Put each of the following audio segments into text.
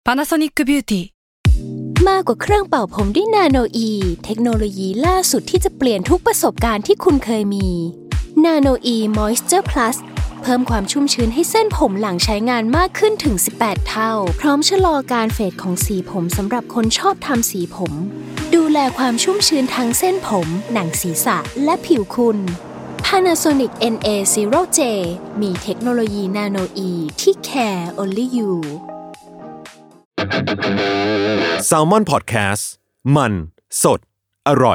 Panasonic Beauty มากกว่าเครื่องเป่าผมด้วยนาโนอีเทคโนโลยีล่าสุดที่จะเปลี่ยนทุกประสบการณ์ที่คุณเคยมีนาโนอีมอยส์เจอร์พลัสเพิ่มความชุ่มชื้นให้เส้นผมหลังใช้งานมากขึ้นถึง18เท่าพร้อมชะลอการเฟดของสีผมสำหรับคนชอบทำสีผมดูแลความชุ่มชื้นทั้งเส้นผมหนังศีรษะและผิวคุณ Panasonic NA0J มีเทคโนโลยีนาโนอีที่ care only you Salmon Podcast มันสดอร่อย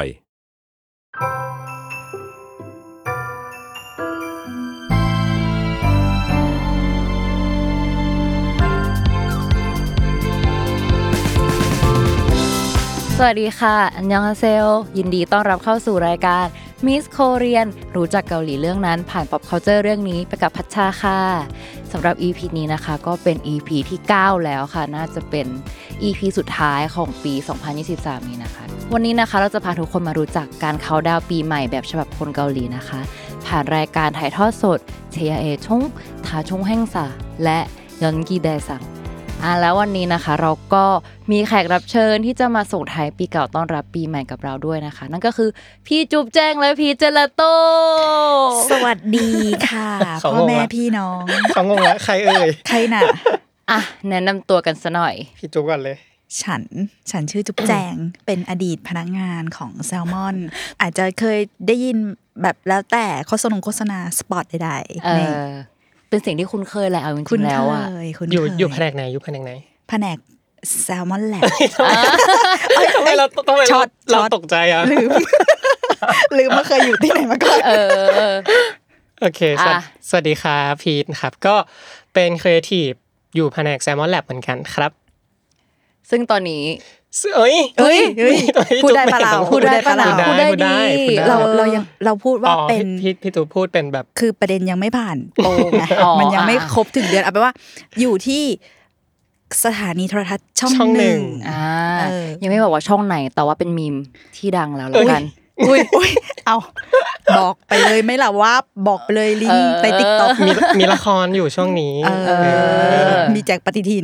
สวัสดีค่ะอันยองฮาเซลยินดีต้อนรับเข้าสู่รายการ Miss Korean รู้จักเกาหลีเรื่องนั้นผ่าน Pop Culture เรื่องนี้ไปกับพัชชาค่ะสำหรับ EP นี้นะคะก็เป็น EP ที่9แล้วค่ะน่าจะเป็น EP สุดท้ายของปี 2023 นี้นะคะวันนี้นะคะเราจะพาทุกคนมารู้จักการเคาน์ดาวน์ปีใหม่แบบฉบับคนเกาหลีนะคะผ่านรายการถ่ายทอดสดเชียเอชงทาชงแห่งซาและยอนกีแดซังแล้ววันนี้นะคะเราก็มีแขกรับเชิญที่จะมาส่งท้ายปีเก่าต้อนรับปีใหม่กับเราด้วยนะคะนั่นก็คือพี่จุ๊บแจ้งและพี่เจลาโตสวัสดีค่ะพ่อแม่พี่น้องเขางงแล้วใครเอ่ยใครน่ะแนะนำตัวกันซะหน่อยพี่จุ๊บก่อนเลยฉันชื่อจุ๊บแจงเป็นอดีตพนักงานของแซลมอนอาจจะเคยได้ยินแบบแล้วแต่โฆษณาสปอตใดๆเป็นสิ่งที่คุ้นเคยแหละเอาจริงๆแล้วอ่ะอยู่แผนกไหนอยู่แผนกไหนแผนกแซลมอนแลบเราตกใจอ่ะลืมว่าเคยอยู่ที่ไหนมาก่อนโอเคสวัสดีครับพีทครับก็เป็นครีเอทีฟอยู่แผนกแซลมอนแลบเหมือนกันครับซึ่งตอนนี้เฮ้ยพูดได้ปะเราพูดได้ดีเราพูดว่าเป็นพี่ตูพูดเป็นแบบคือประเด็นยังไม่ผ่านโปรไงมันยังไม่ครบถึงเดือนเอาไปว่าอยู่ที่สถานีโทรทัศน์ช่อง1 ยังไม่บอกว่าช่องไหนแต่ว่าเป็นมีมที่ดังแล้วแล้วกันอุ้ยเอาบอกไปเลยไม่ล่ะว่าบอกไปเลยลิงก์ไป TikTok มีละครอยู่ช่วงนี้มีแจกปฏิทิน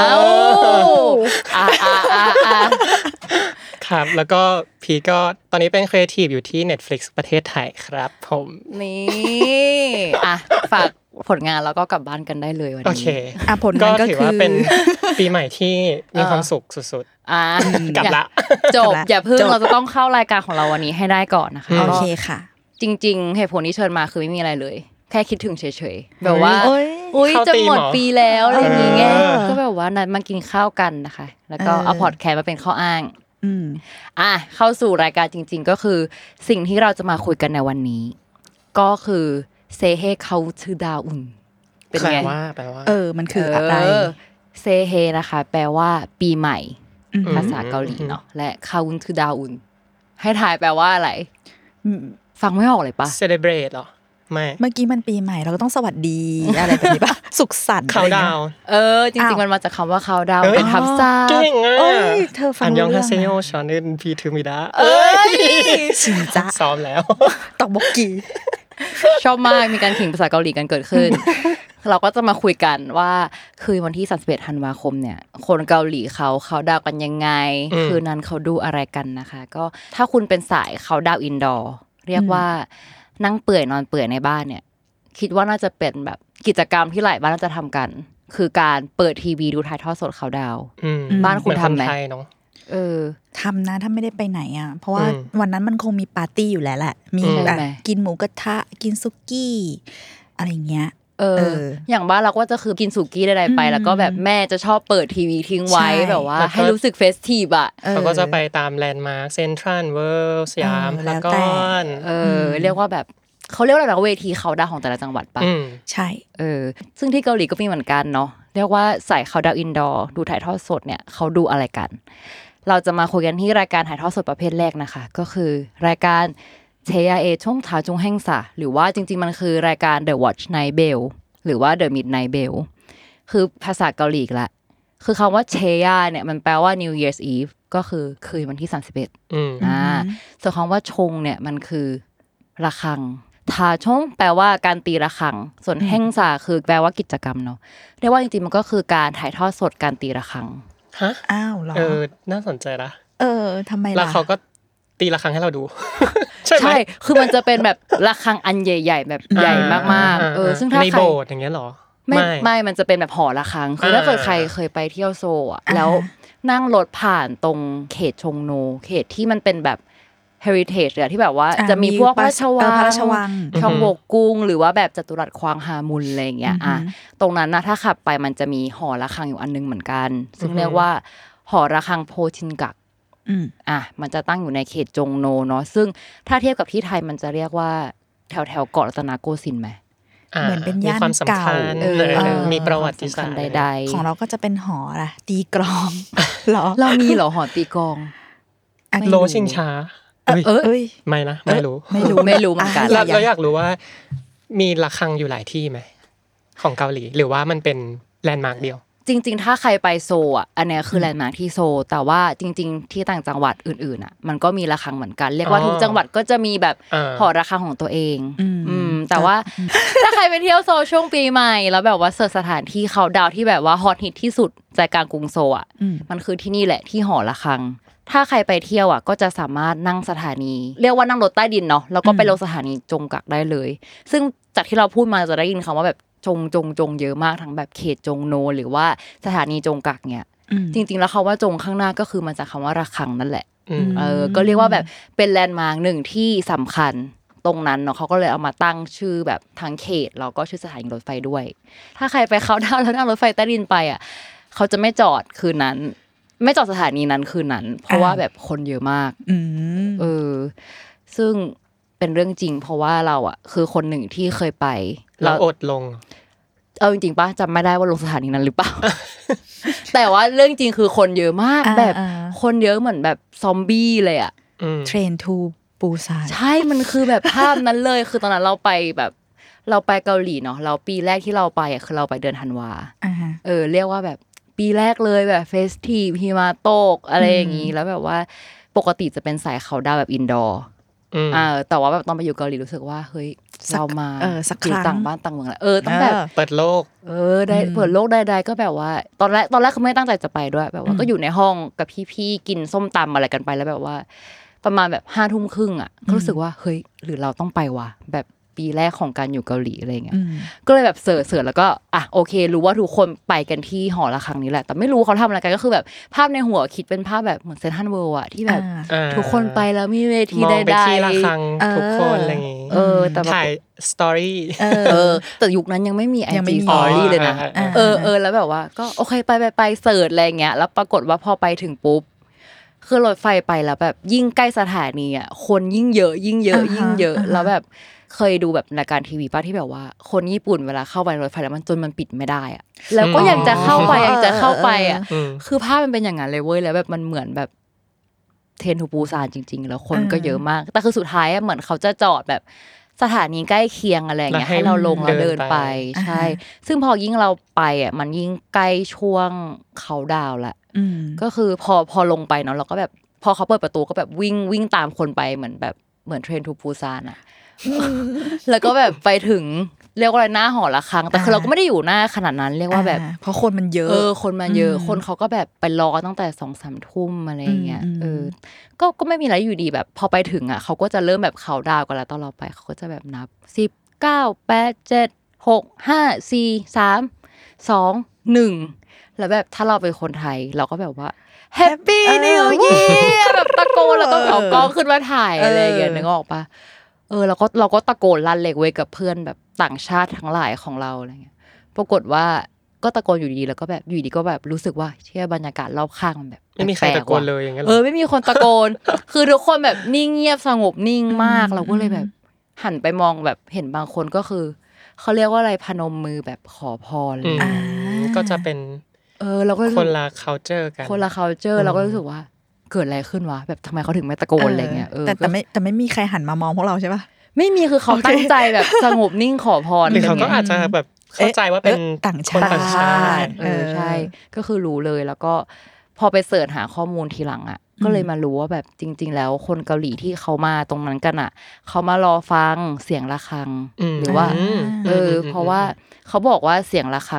ครับแล้วก็พีก็ตอนนี้เป็นครีเอทีฟอยู่ที่ Netflix ประเทศไทยครับผมนี่ฝากผลงานแล้วก็กลับบ้านกันได้เลยวันนี้โอเคผลงานก็ถือว่าเป็นปีใหม่ที่มีความสุขสุดๆกลับละจบอย่าเพิ่งเราจะต้องเข้ารายการของเราวันนี้ให้ได้ก่อนนะคะโอเคค่ะจริงๆเหตุผลที่เชิญมาคือไม่มีอะไรเลยแค่คิดถึงเฉยๆแบบว่าอุ๊ยจะหมดปีแล้วอะไรอย่างเงี้ยก็แบบว่านัดมากินข้าวกันนะคะแล้วก็เอาพอดแคสต์มาเป็นข้ออ้างเข้าสู่รายการจริงๆก็คือสิ่งที่เราจะมาคุยกันในวันนี้ก็คือเซเฮเขาชื่อดาวอุ่นเป็นไงแปลว่ามันคืออะไรเซเฮนะคะแปลว่าปีใหม่ภาษาเกาหลีเนาะและเขาชื่อดาวอุ่นให้ถ่ายแปลว่าอะไรฟังไม่ออกเลยปะ celebrate หรอไม่เมื่อกี้มันปีใหม่เราก็ต้องสวัสดีอะไรแบบนี้ปะสุขสันต์ countdown จริงๆมันมาจากคำว่า countdown เป็นทับศัพท์เก่งอ่ะเธอฟังอันยองฮาเซโยชอนเนนพีทูมิดาชินจ้ะซ้อมแล้วตอกบกกีชอบมากมีการขิงภาษาเกาหลีกันเกิดขึ้นเราก็จะมาคุยกันว่าคือวันที่31ธันวาคมเนี่ยคนเกาหลีเขาดาวกันยังไงคืนนั้นเขาดูอะไรกันนะคะก็ถ้าคุณเป็นสายเขาดาวอินดอร์เรียกว่านั่งเปื่อยนอนเปื่อยในบ้านเนี่ยคิดว่าน่าจะเป็นแบบกิจกรรมที่หลายบ้านน่าจะทำกันคือการเปิดทีวีดูถ่ายทอดสดเขาดาวบ้านคุณทำไหมทำนะถ้าไม่ได้ไปไหนอ่ะเพราะว่าวันนั้นมันคงมีปาร์ตี้อยู่แล้วแหละมีแบบกินหมูกระทะกินซุกี้อะไรเงี้ยอย่างบ้านเราก็จะคือกินสุกี้ใดๆไปแล้วก็แบบแม่จะชอบเปิดทีวีทิ้งไว้แบบว่าให้รู้สึกเฟสทีฟอ่ะเขาก็จะไปตามแลนด์มาร์คเซ็นทรัลเวิลด์สยามพารากอนเรียกว่าแบบเขาเรียกว่าอะไรเวทีเขาดาวของแต่ละจังหวัดป่ะใช่ซึ่งที่เกาหลีก็มีเหมือนกันเนาะเรียกว่าใส่เขาดาวอินดอร์ดูถ่ายทอดสดเนี่ยเขาดูอะไรกันเราจะมาคุยกันที่รายการถ่ายทอดสดประเภทแรกนะคะก็คือรายการเชียเอชงทาจงแห่งซาหรือว่าจริงๆมันคือรายการ The Watch Night Bell หรือว่า The Midnight Bell คือภาษาเกาหลีละคือคำว่าเชียเนี่ยมันแปลว่า New Year's Eve ก็คือคืนวันที่31ส่วนคำว่าชงเนี่ยมันคือระฆังทาชงแปลว่าการตีระฆังส่วนแห่งซาคือแปลว่ากิจกรรมเนาะเรียกว่าจริงๆมันก็คือการถ่ายทอดสดการตีระฆังฮะอ้าวเหรอน่าสนใจละทำไมล่ะแล้วเขาก็ตีระฆังให้เราดูใช่ไหมคือมันจะเป็นแบบระฆังอันใหญ่ๆแบบใหญ่มากๆซึ่งถ้าในใครโบสถ์อย่างเงี้ยหรอไม่มันจะเป็นแบบหอระฆังคือถ้าเกิดใครเคยไปเที่ยวโซอ่ะแล้วนั่งรถผ่านตรงเขตชงโนเขตที่มันเป็นแบบheritage ที่แบบว่าจะมีพวกพระราชวังช่องโบกกุ้งหรือว่าแบบจัตุรัสควางฮามุนอะไรอย่างเงี้ยตรงนั้นนะถ้าขับไปมันจะมีหอระฆังอยู่อันนึงเหมือนกันซึ่งเรียกว่าหอระฆังโพชินกักมันจะตั้งอยู่ในเขตจงโนเนาะซึ่งถ้าเทียบกับที่ไทยมันจะเรียกว่าแถวเกาะรัตนโกสินทร์ไหมเหมือนเป็นย่านเก่ามีประวัติศาสตร์ใดๆของเราก็จะเป็นหอล่ะตีกลองหรอเรามีเหรอหอตีกลองโลชิงช้าไม่นะไม่รู้เหมือนกันเราอยากรู้ว่ามีระฆังอยู่หลายที่ไหมของเกาหลีหรือว่ามันเป็นแลนด์มาร์คเดียวจริงๆถ้าใครไปโซอ่ะอันนี้คือแลนด์มาร์คที่โซแต่ว่าจริงๆที่ต่างจังหวัดอื่นๆอ่ะมันก็มีระฆังเหมือนกันเรียกว่าทุกจังหวัดก็จะมีแบบหอระฆังของตัวเองแต่ว่าถ้าใครไปเที่ยวโซช่วงปีใหม่แล้วแบบว่าเสิร์ชสถานที่เขาดาวที่แบบว่าฮอตฮิตที่สุดใจกลางกรุงโซอ่ะมันคือที่นี่แหละที่หอระฆังถ้าใครไปเที่ยวอ่ะก็จะสามารถนั่งสถานีเรียกว่านั่งรถใต้ดินเนาะแล้วก็ไปลงสถานีจงกักได้เลยซึ่งจากที่เราพูดมาจะได้ยินคำว่าแบบจงเยอะมากทั้งแบบเขตจงโนหรือว่าสถานีจงกักเนี่ยจริงๆแล้วเขาว่าจงข้างหน้าก็คือมาจากคำว่าระฆังนั่นแหละก็เรียกว่าแบบเป็นแลนด์มาร์คหนึ่งที่สำคัญตรงนั้นเนาะเขาก็เลยเอามาตั้งชื่อแบบทั้งเขตแล้วก็ชื่อสถานีรถไฟด้วยถ้าใครไปเขาดาวแล้วนั่งรถไฟใต้ดินไปอ่ะเขาจะไม่จอดคืนนั้นไม่จอดสถานีนั้นคืนนั้นเพราะว่าแบบคนเยอะมากซึ่งเป็นเรื่องจริงเพราะว่าเราอ่ะคือคนหนึ่งที่เคยไปเราอดลงจริงๆป่ะจำไม่ได้ว่าลงสถานีนั้นหรือเปล่า แต่ว่าเรื่องจริงคือคนเยอะมากแบบคนเยอะเหมือนแบบซอมบี้เลยอ่ะเทรนทูปูซานใช่มันคือแบบภาพนั้นเลยคือตอนนั้นเราไปแบบเราไปเกาหลีเนาะเราปีแรกที่เราไปอ่ะคือเราไปเดือนธันวาเรียกว่าแบบปีแรกเลยแบบเฟสทีฟหิมะตกอะไรอย่างงี้แล้วแบบว่าปกติจะเป็นสายเขาดาวแบบอินดอร์แต่ว่าแบบตอนไปอยู่เกาหลีรู้สึกว่าเฮ้ยเรามาอยู่ต่างบ้านต่างเมืองแล้วต้องแบบเปิดโลกได้เปิดโลกใดๆก็แบบว่าตอนแรกคือไม่ตั้งใจจะไปด้วยแบบว่าก็อยู่ในห้องกับพี่ๆกินส้มตำอะไรกันไปแล้วแบบว่าประมาณแบบ5 ทุ่มครึ่งอ่ะก็รู้สึกว่าเฮ้ยหรือเราต้องไปวะแบบปีแรกของการอยู่เกาหลีอะไรเงี้ยก็เลยแบบเสิร์ชแล้วก็โอเครู้ว่าทุกคนไปกันที่หอระฆังนี้แหละแต่ไม่รู้เขาทำอะไรกันก็คือแบบภาพในหัวคิดเป็นภาพแบบเหมือนเซนทรัลเวิลด์อะที่แบบทุกคนไปแล้วมีเวทีใดๆมองไปที่ระฆังทุกคนอะไรอย่างงี้แต่ถ่ายสตอรี่แต่ยุคนั้นยังไม่มี IG Story เลยนะแล้วแบบว่าก็โอเคไปเสิร์ชอะไรเงี้ยแล้วปรากฏว่าพอไปถึงปุ๊บคือรถไฟไปแล้วแบบยิ่งใกล้สถานีอ่ะคนยิ่งเยอะแล้วแบบเคยดูแบบรายการทีวีป่ะที่แบบว่าคนญี่ปุ่นเวลาเข้าไปรถไฟแล้วมันจนมันปิดไม่ได้อ่ะแล้วก็ยังจะเข้าไปอ่ะคือภาพมันเป็นอย่างนั้นเลยเว้ยแล้วแบบมันเหมือนแบบเทรนทูปูซานจริงๆแล้วคนก็เยอะมากแต่คือสุดท้ายอ่ะเหมือนเขาจะจอดแบบสถานีใกล้เคียงอะไรอย่างเงี้ยให้เราลงแล้วเดินไปใช่ซึ่งพอยิ่งเราไปอ่ะมันยิ่งใกล้ช่วงเขาดาวละก็คือพอลงไปเนาะเราก็แบบพอเขาเปิดประตูก็แบบวิ่งตามคนไปเหมือนเทรนทูปูซานอ่ะแล้วก็แบบไปถึงเรียกว่าอะไรหน้าหอระฆังแต่คือเราก็ไม่ได้อยู่หน้าขนาดนั้นเรียกว่าแบบเพราะคนมันเยอะคนมันเยอะคนเขาก็แบบไปรอตั้งแต่2-3 ทุ่มอะไรอย่างเงี้ยก็ไม่มีอะไรอยู่ดีแบบพอไปถึงอ่ะเขาก็จะเริ่มแบบเขาดาวกันแล้วตอนเราไปเขาก็จะแบบนับ10 9 8 7 6 5 4 3 2 1แล้วแบบถ้าเราเป็นคนไทยเราก็แบบว่าแฮปปี้นิวเยียร์แบบตะโกนแล้วก็เอากล้องขึ้นมาถ่ายอะไรอย่างเงี้ยนึกออกปะเราก็ตะโกนลั่นเลยเว้ยกับเพื่อนแบบต่างชาติทั้งหลายของเราอะไรเงี้ยปรากฏว่าก็ตะโกนอยู่ดีแล้วก็แบบอยู่ดีก็แบบรู้สึกว่าเชื่อบรรยากาศรอบข้างมันแบบไม่มีใครตะโกนเลยอย่างเงี้ยไม่มีคนตะโกนคือทุกคนแบบนิ่งเงียบสงบนิ่งมากเราก็เลยแบบหันไปมองแบบเห็นบางคนก็คือเขาเรียกว่าอะไรพนมมือแบบขอพรก็จะเป็นเราก็คนละ culture กันคนละ culture เราก็รู้สึกว่าเกิดอะไรขึ้นวะแบบทำไมเขาถึงไม่ตะโกนอะไรเงี้ยแต่ไม่มีใครหันมามองพวกเราใช่ปะไม่มีคือเขาตั้งใจแบบสงบนิ่งขอพรหรือเขาก็อาจจะแบบเข้าใจว่าเป็นต่างชาติใช่ก็คือรู้เลยแล้วก็พอไปเสิร์ชหาข้อมูลทีหลังอ่ะก็เลยมารู้ว่าแบบจริงๆแล้วคนเกาหลีที่เขามาตรงนั้นกันอ่ะเขามารอฟังเสียงระฆังหรือว่าเพราะว่าเขาบอกว่าเสียงระฆัง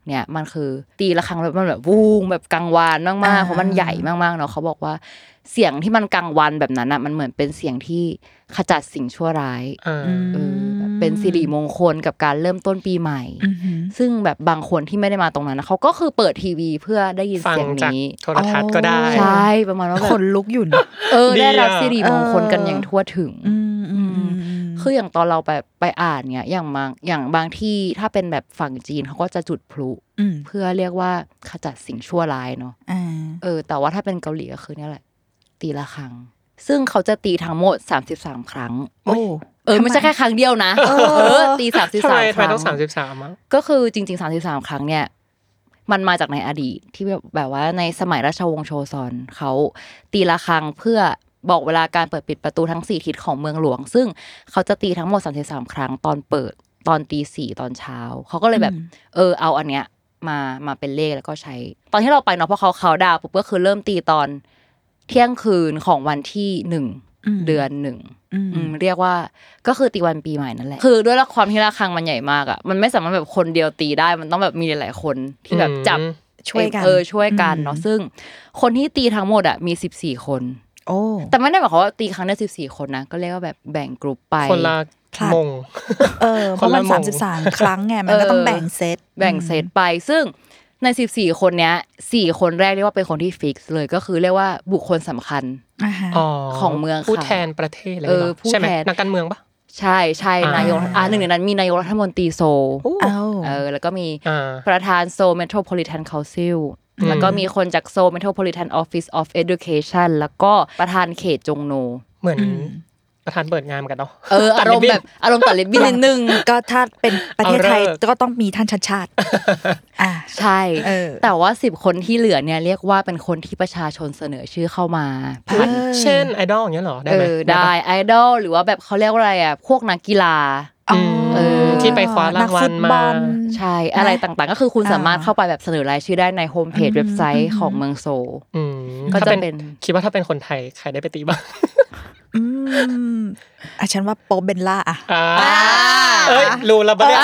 เนี่ยมันคือตีระฆังแล้วมันแบบวูงแบบกังวานมากๆเพราะมันใหญ่มากๆเนาะเขาบอกว่าเสียงที่มันกังวานแบบนั้นอ่ะมันเหมือนเป็นเสียงที่ขจัดสิ่งชั่วร้ายเป็นสิริมงคลกับการเริ่มต้นปีใหม่ซึ่งแบบบางคนที่ไม่ได้มาตรงนั้นนะเขาก็คือเปิดทีวีเพื่อได้ยินเสียงนี้โทรทัศน์ก็ได้ใช่ประมาณว่าคนลุกอยู่นะได้รับสิริมงคลกันอย่างทั่วถึงคืออย่างตอนเราไปอ่านเนี่ยอย่างบางที่ถ้าเป็นแบบฝั่งจีนเขาก็จะจุดพลุเพื่อเรียกว่าขจัดสิ่งชั่วร้ายเนาะแต่ว่าถ้าเป็นเกาหลีก็คือเนี่ยแหละตีระฆังซึ่งเขาจะตีทั้งหมด33ครั้งไม่ใช่แค่ครั้งเดียวนะตี33ครั้งทำไมต้อง33มั้งก็คือจริงๆ33ครั้งเนี่ยมันมาจากในอดีตที่แบบว่าในสมัยราชวงศ์โชซอนเขาตีระฆังเพื่อบอกเวลาการเปิดปิดประตูทั้ง4ทิศของเมืองหลวงซึ่งเขาจะตีทั้งหมด33ครั้งตอนเปิดตอนตี 4ตอนเช้าเขาก็เลยแบบเอาอันเนี้ยมาเป็นเลขแล้วก็ใช้ตอนที่เราไปเนาะเพราะเขาดาวปุ๊บก็คือเริ่มตีตอนเที่ยงคืนของวันที่1เดือน1เรียกว่าก็คือตีวันปีใหม่นั่นแหละคือด้วยความที่ระฆังมันใหญ่มากอ่ะมันไม่สามารถแบบคนเดียวตีได้มันต้องแบบมีหลายๆคนที่แบบจับช่วยกันเนาะซึ่งคนที่ตีทั้งหมดอ่ะมี14คนแต่ไม่ได้หมายความว่าตีครั้งได้14คนนะก็เรียกว่าแบบแบ่งกลุ่มไปคนละมงเพราะมัน33ครั้งไงมันก็ต้องแบ่งเซตไปซึ่งใน14คนเนี้ย4คนแรกเรียกว่าเป็นคนที่ฟิกซ์เลยก็คือเรียกว่าบุคคลสำคัญของเมืองผู้แทนประเทศเลยใช่ไหมนักการเมืองปะใช่นายกหนึ่งในนั้นมีนายกรัฐมนตรีโซแล้วก็มีประธานโซลเมโทรโพลิแทนคาวน์ซิลแล้วก็มีคนจากโซลเมโทรโพลิแทนออฟฟิศออฟเอดูเคชั่นแล้วก็ประธานเขตจงโนเหมือนประธานเปิดงานเหมือนกันเนาะอารมณ์ตัดริบบิ้นนิดนึงก็ถ้าเป็นประเทศไทยก็ต้องมีท่านชาติใช่แต่ว่า10คนที่เหลือเนี่ยเรียกว่าเป็นคนที่ประชาชนเสนอชื่อเข้ามาเช่นไอดอลอย่างเงี้ยหรอได้มั้ยได้ไอดอลหรือว่าแบบเขาเรียกว่าอะไรอ่ะพวกนักกีฬาที่ไปคว้ารางวัลมาใช่อะไรต่างๆก็คือคุณสามารถเข้าไปแบบเสนอรายชื่อได้ในโฮมเพจเว็บไซต์ของเมืองโซลก็จะเป็นคิดว่าถ้าเป็นคนไทยใครได้ไปตีบ้างฉันว่าโป๊ปเบลล่ารู้แล้วปะเนี่ย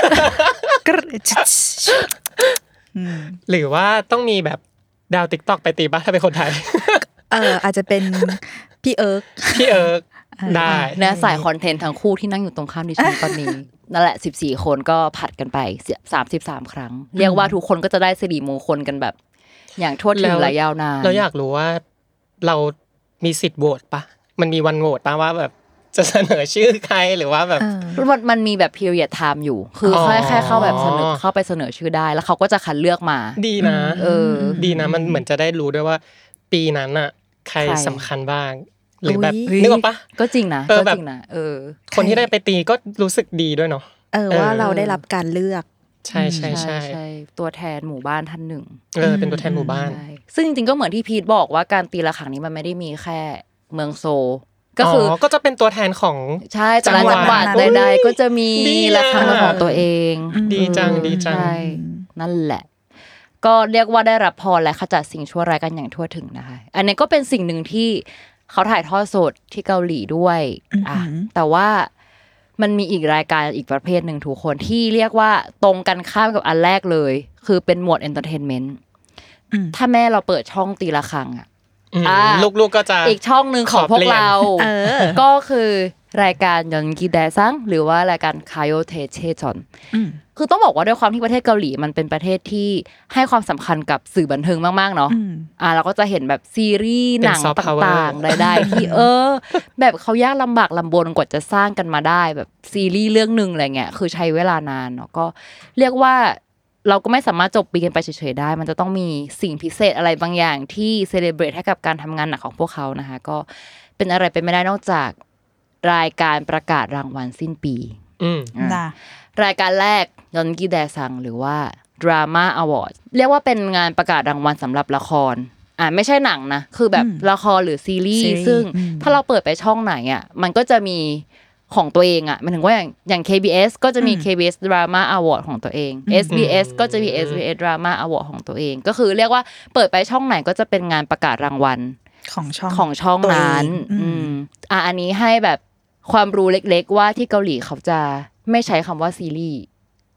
หรือว่าต้องมีแบบดาว TikTok ไปตีบ้างถ้าเป็นคนไทยอาจจะเป็นพี่เอิร์กได้นะสายคอนเทนต์ทั้งคู่ที่นั่งอยู่ตรงข้ามดิฉันตอนนี้นั่นแหละ14คนก็ผัดกันไป33ครั้งเรียกว่าทุกคนก็จะได้สิริมงคลกันแบบอย่างทั่วถึงและยาวนานเราอยากรู้ว่าเรามีสิทธิ์โหวตปะมันมีวันโหวตป่ะว่าแบบจะเสนอชื่อใครหรือว่าแบบมันมีแบบ period time อยู่คือแค่เข้าแบบเข้าไปเสนอชื่อได้แล้วเขาก็จะคัดเลือกมาดีนะดีนะมันเหมือนจะได้รู้ด้วยว่าปีนั้นน่ะใครสำคัญบ้างหรือแบบนึกออกปะก็จริงนะคนที่ได้ไปตีก็รู้สึกดีด้วยเนาะว่าเราได้รับการเลือกใช่ตัวแทนหมู่บ้านท่านหนึ่งเป็นตัวแทนหมู่บ้านซึ่งจริงๆก็เหมือนที่พีทบอกว่าการตีระฆังนี้มันไม่ได้มีแค่เมืองโซก็คือก็จะเป็นตัวแทนของใช่แต่ละจังหวัดใดๆก็จะมีระฆังของตัวเองดีจังนั่นแหละก็เรียกว่าได้รับพรและขจัดสิ่งชั่วร้ายกันอย่างทั่วถึงนะคะอันนี้ก็เป็นสิ่งหนึ่งที่เขาถ่ายทอดสดที่เกาหลีด้วยแต่ว่ามันมีอีกรายการอีกประเภทหนึ่งทุกคนที่เรียกว่าตรงกันข้ามกับอันแรกเลยคือเป็นหมวดเอนเตอร์เทนเมนต์ถ้าแม่เราเปิดช่องตีระฆังลูกๆก็จะอีกช่องนึงของพวกเราก็คือรายการยอนกีแดซังหรือว่ารายการคาโยเทเชจอนคือต้องบอกว่าด้วยความที่ประเทศเกาหลีมันเป็นประเทศที่ให้ความสำคัญกับสื่อบันเทิงมากๆเนาะเราก็จะเห็นแบบซีรีส์หนังต่างๆได้ที่แบบเขายากลำบากลำบนกว่าจะสร้างกันมาได้แบบซีรีส์เรื่องนึงอะไรเงี้ยคือใช้เวลานานเนาะก็เรียกว่าเราก็ไม่สามารถจบปีกันไปเฉยๆได้มันจะต้องมีสิ่งพิเศษอะไรบางอย่างที่เซเลบรตให้กับการทำงานหนักของพวกเขานะคะก็เป็นอะไรไปไม่ได้นอกจากรายการประกาศรางวัลสิ้นปีรายการแรกยอนกีแดซังหรือว่า Drama Award เรียกว่าเป็นงานประกาศรางวัลสำหรับละครไม่ใช่หนังนะคือแบบละครหรือซีรีส์ซึ่งถ้าเราเปิดไปช่องไหนมันก็จะมีของตัวเองหมายถึงว่าอย่าง KBS ก็จะมี KBS Drama Award ของตัวเอง SBS ก็จะมี SBS Drama Award ของตัวเองก็คือเรียกว่าเปิดไปช่องไหนก็จะเป็นงานประกาศรางวัลของช่องนั้นอันนี้ให้แบบความรู้เล็กๆว่าที่เกาหลีเขาจะไม่ใช้คำว่าซีรีส์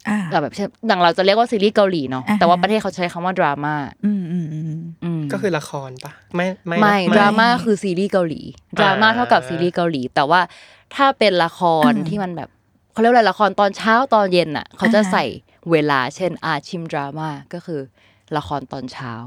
แบบดังเราจะเรียกว่าซีรีส์เกาหลีเนาะแต่ว่าประเทศเขาใช้คำว่าดราม่าก็คือละครปะไม่ดราม่าคือซีรีส์เกาหลีดราม่าเท่ากับซีรีส์เกาหลีแต่ว่าถ้าเป็นละครที่มันแบบเขาเรียกว่าละครตอนเช้าตอนเย็นอ่ะเขาจะใส่เวลาเช่นชิมดราม่าก็คือละครตอนเช้า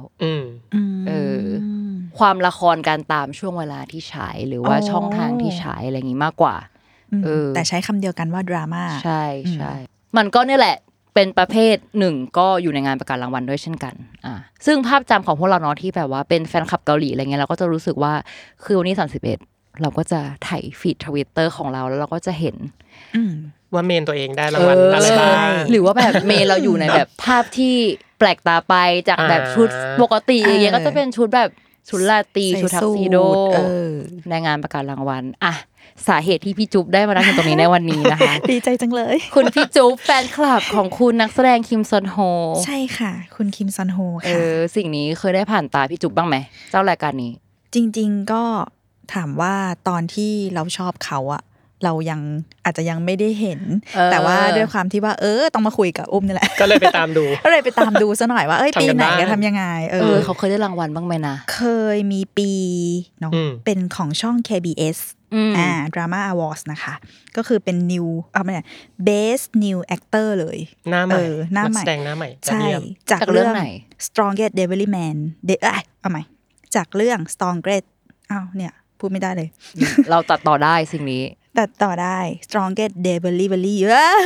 ความละครการตามช่วงเวลาที่ฉายหรือว่าช่องทางที่ฉายอะไรอย่างงี้มากกว่าแต่ใช้คำเดียวกันว่าดราม่าใช่ใช่มันก็นี่แหละเป็นประเภทหนึ่งก็อยู่ในงานประกาศรางวัลด้วยเช่นกันซึ่งภาพจำของพวกเราเนาะที่แบบว่าเป็นแฟนคลับเกาหลีอะไรเงี้ยเราก็จะรู้สึกว่าคือวันนี้31เราก็จะไถฟีด Twitter ของเราแล้วเราก็จะเห็นว่าเมนตัวเองได้รางวัลอะไรบ้างหรือว่าแบบเมนเราอยู่ในแบบภาพที่แปลกตาไปจากแบบชุดปกติอย่างเงี้ยก็จะเป็นชุดแบบชุดลาตรีชุดทักซิโดในงานประกาศรางวัลสาเหตุที่พี่จุ๊บได้มานั่งอยู่ตรงนี้ในวันนี้นะคะดีใจจังเลยคุณพี่จุ๊บแฟนคลับของคุณนักแสดงคิมซอนโฮใช่ค่ะคุณคิมซอนโฮค่ะสิ่งนี้เคยได้ผ่านตาพี่จุ๊บบ้างไหมเจ้ารายการนี้จริงๆก็ถามว่าตอนที่เราชอบเขาอะเรายังอาจจะยังไม่ได้เห็นแต่ว่าด้วยความที่ว่าต้องมาคุยกับอุ้มนี่แหละก็เลยไปตามดูซะหน่อยว่าปีไหนจะทำยังไงเขาเคยได้รางวัลบ้างไหมนะเคยมีปีเนาะเป็นของช่อง KBS Drama Awards นะคะก็คือเป็น new Best New Actor เลยหน้าใหม่หน้าใหม่ใช่จากเรื่อง Strongest Delivery Man เอาใหม่จากเรื่อง Strongest เนี่ยพูดไม่ได้เลยเราตัดต่อได้สิ่งนี้ตัดต่อได้ Strongest Delivery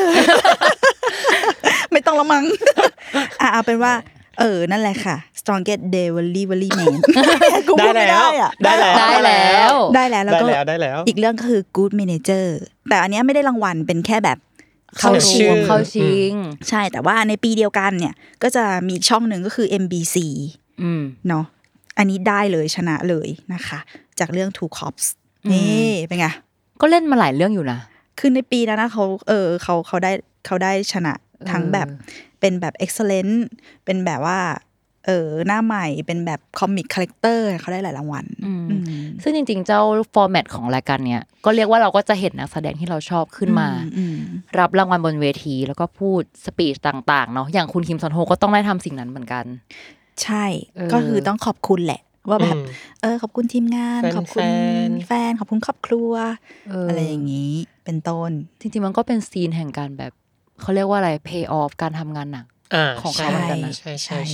ไม่ต้องละมั้งเอาเป็นว่านั่นแหละค่ะ Strongest Delivery Man ได้แล้วแล้วก็อีกเรื่องก็คือ Good Manager แต่อันนี้ไม่ได้รางวัลเป็นแค่แบบเข้าชิงใช่แต่ว่าในปีเดียวกันเนี่ยก็จะมีช่องหนึ่งก็คือ MBC เนาะอันนี้ได้เลยชนะเลยนะคะจากเรื่อง Two Cops นี่เป็นไงก็เล่นมาหลายเรื่องอยู่นะคือในปีนั้นนะเขาได้ชนะทั้งแบบเป็นแบบ excellent เป็นแบบว่าหน้าใหม่เป็นแบบคอมิกคาแรคเตอร์เขาได้หลายรางวัลซึ่งจริงๆเจ้าฟอร์แมตของรายการเนี้ยก็เรียกว่าเราก็จะเห็นนักแสดงที่เราชอบขึ้นมารับรางวัลบนเวทีแล้วก็พูดสปีชต่างๆเนาะอย่างคุณคิมซอนโฮก็ต้องได้ทำสิ่งนั้นเหมือนกันใช่ก็คือต้องขอบคุณแหละว่าแบบขอบคุณทีมงานขอบคุณแฟนขอบคุณครอบครัวอะไรอย่างนี้เป็นต้นจริงๆมันก็เป็นซีนแห่งการแบบเขาเรียกว่าอะไร pay off การทำงานหนักของเขาเหมือนกันนะใช่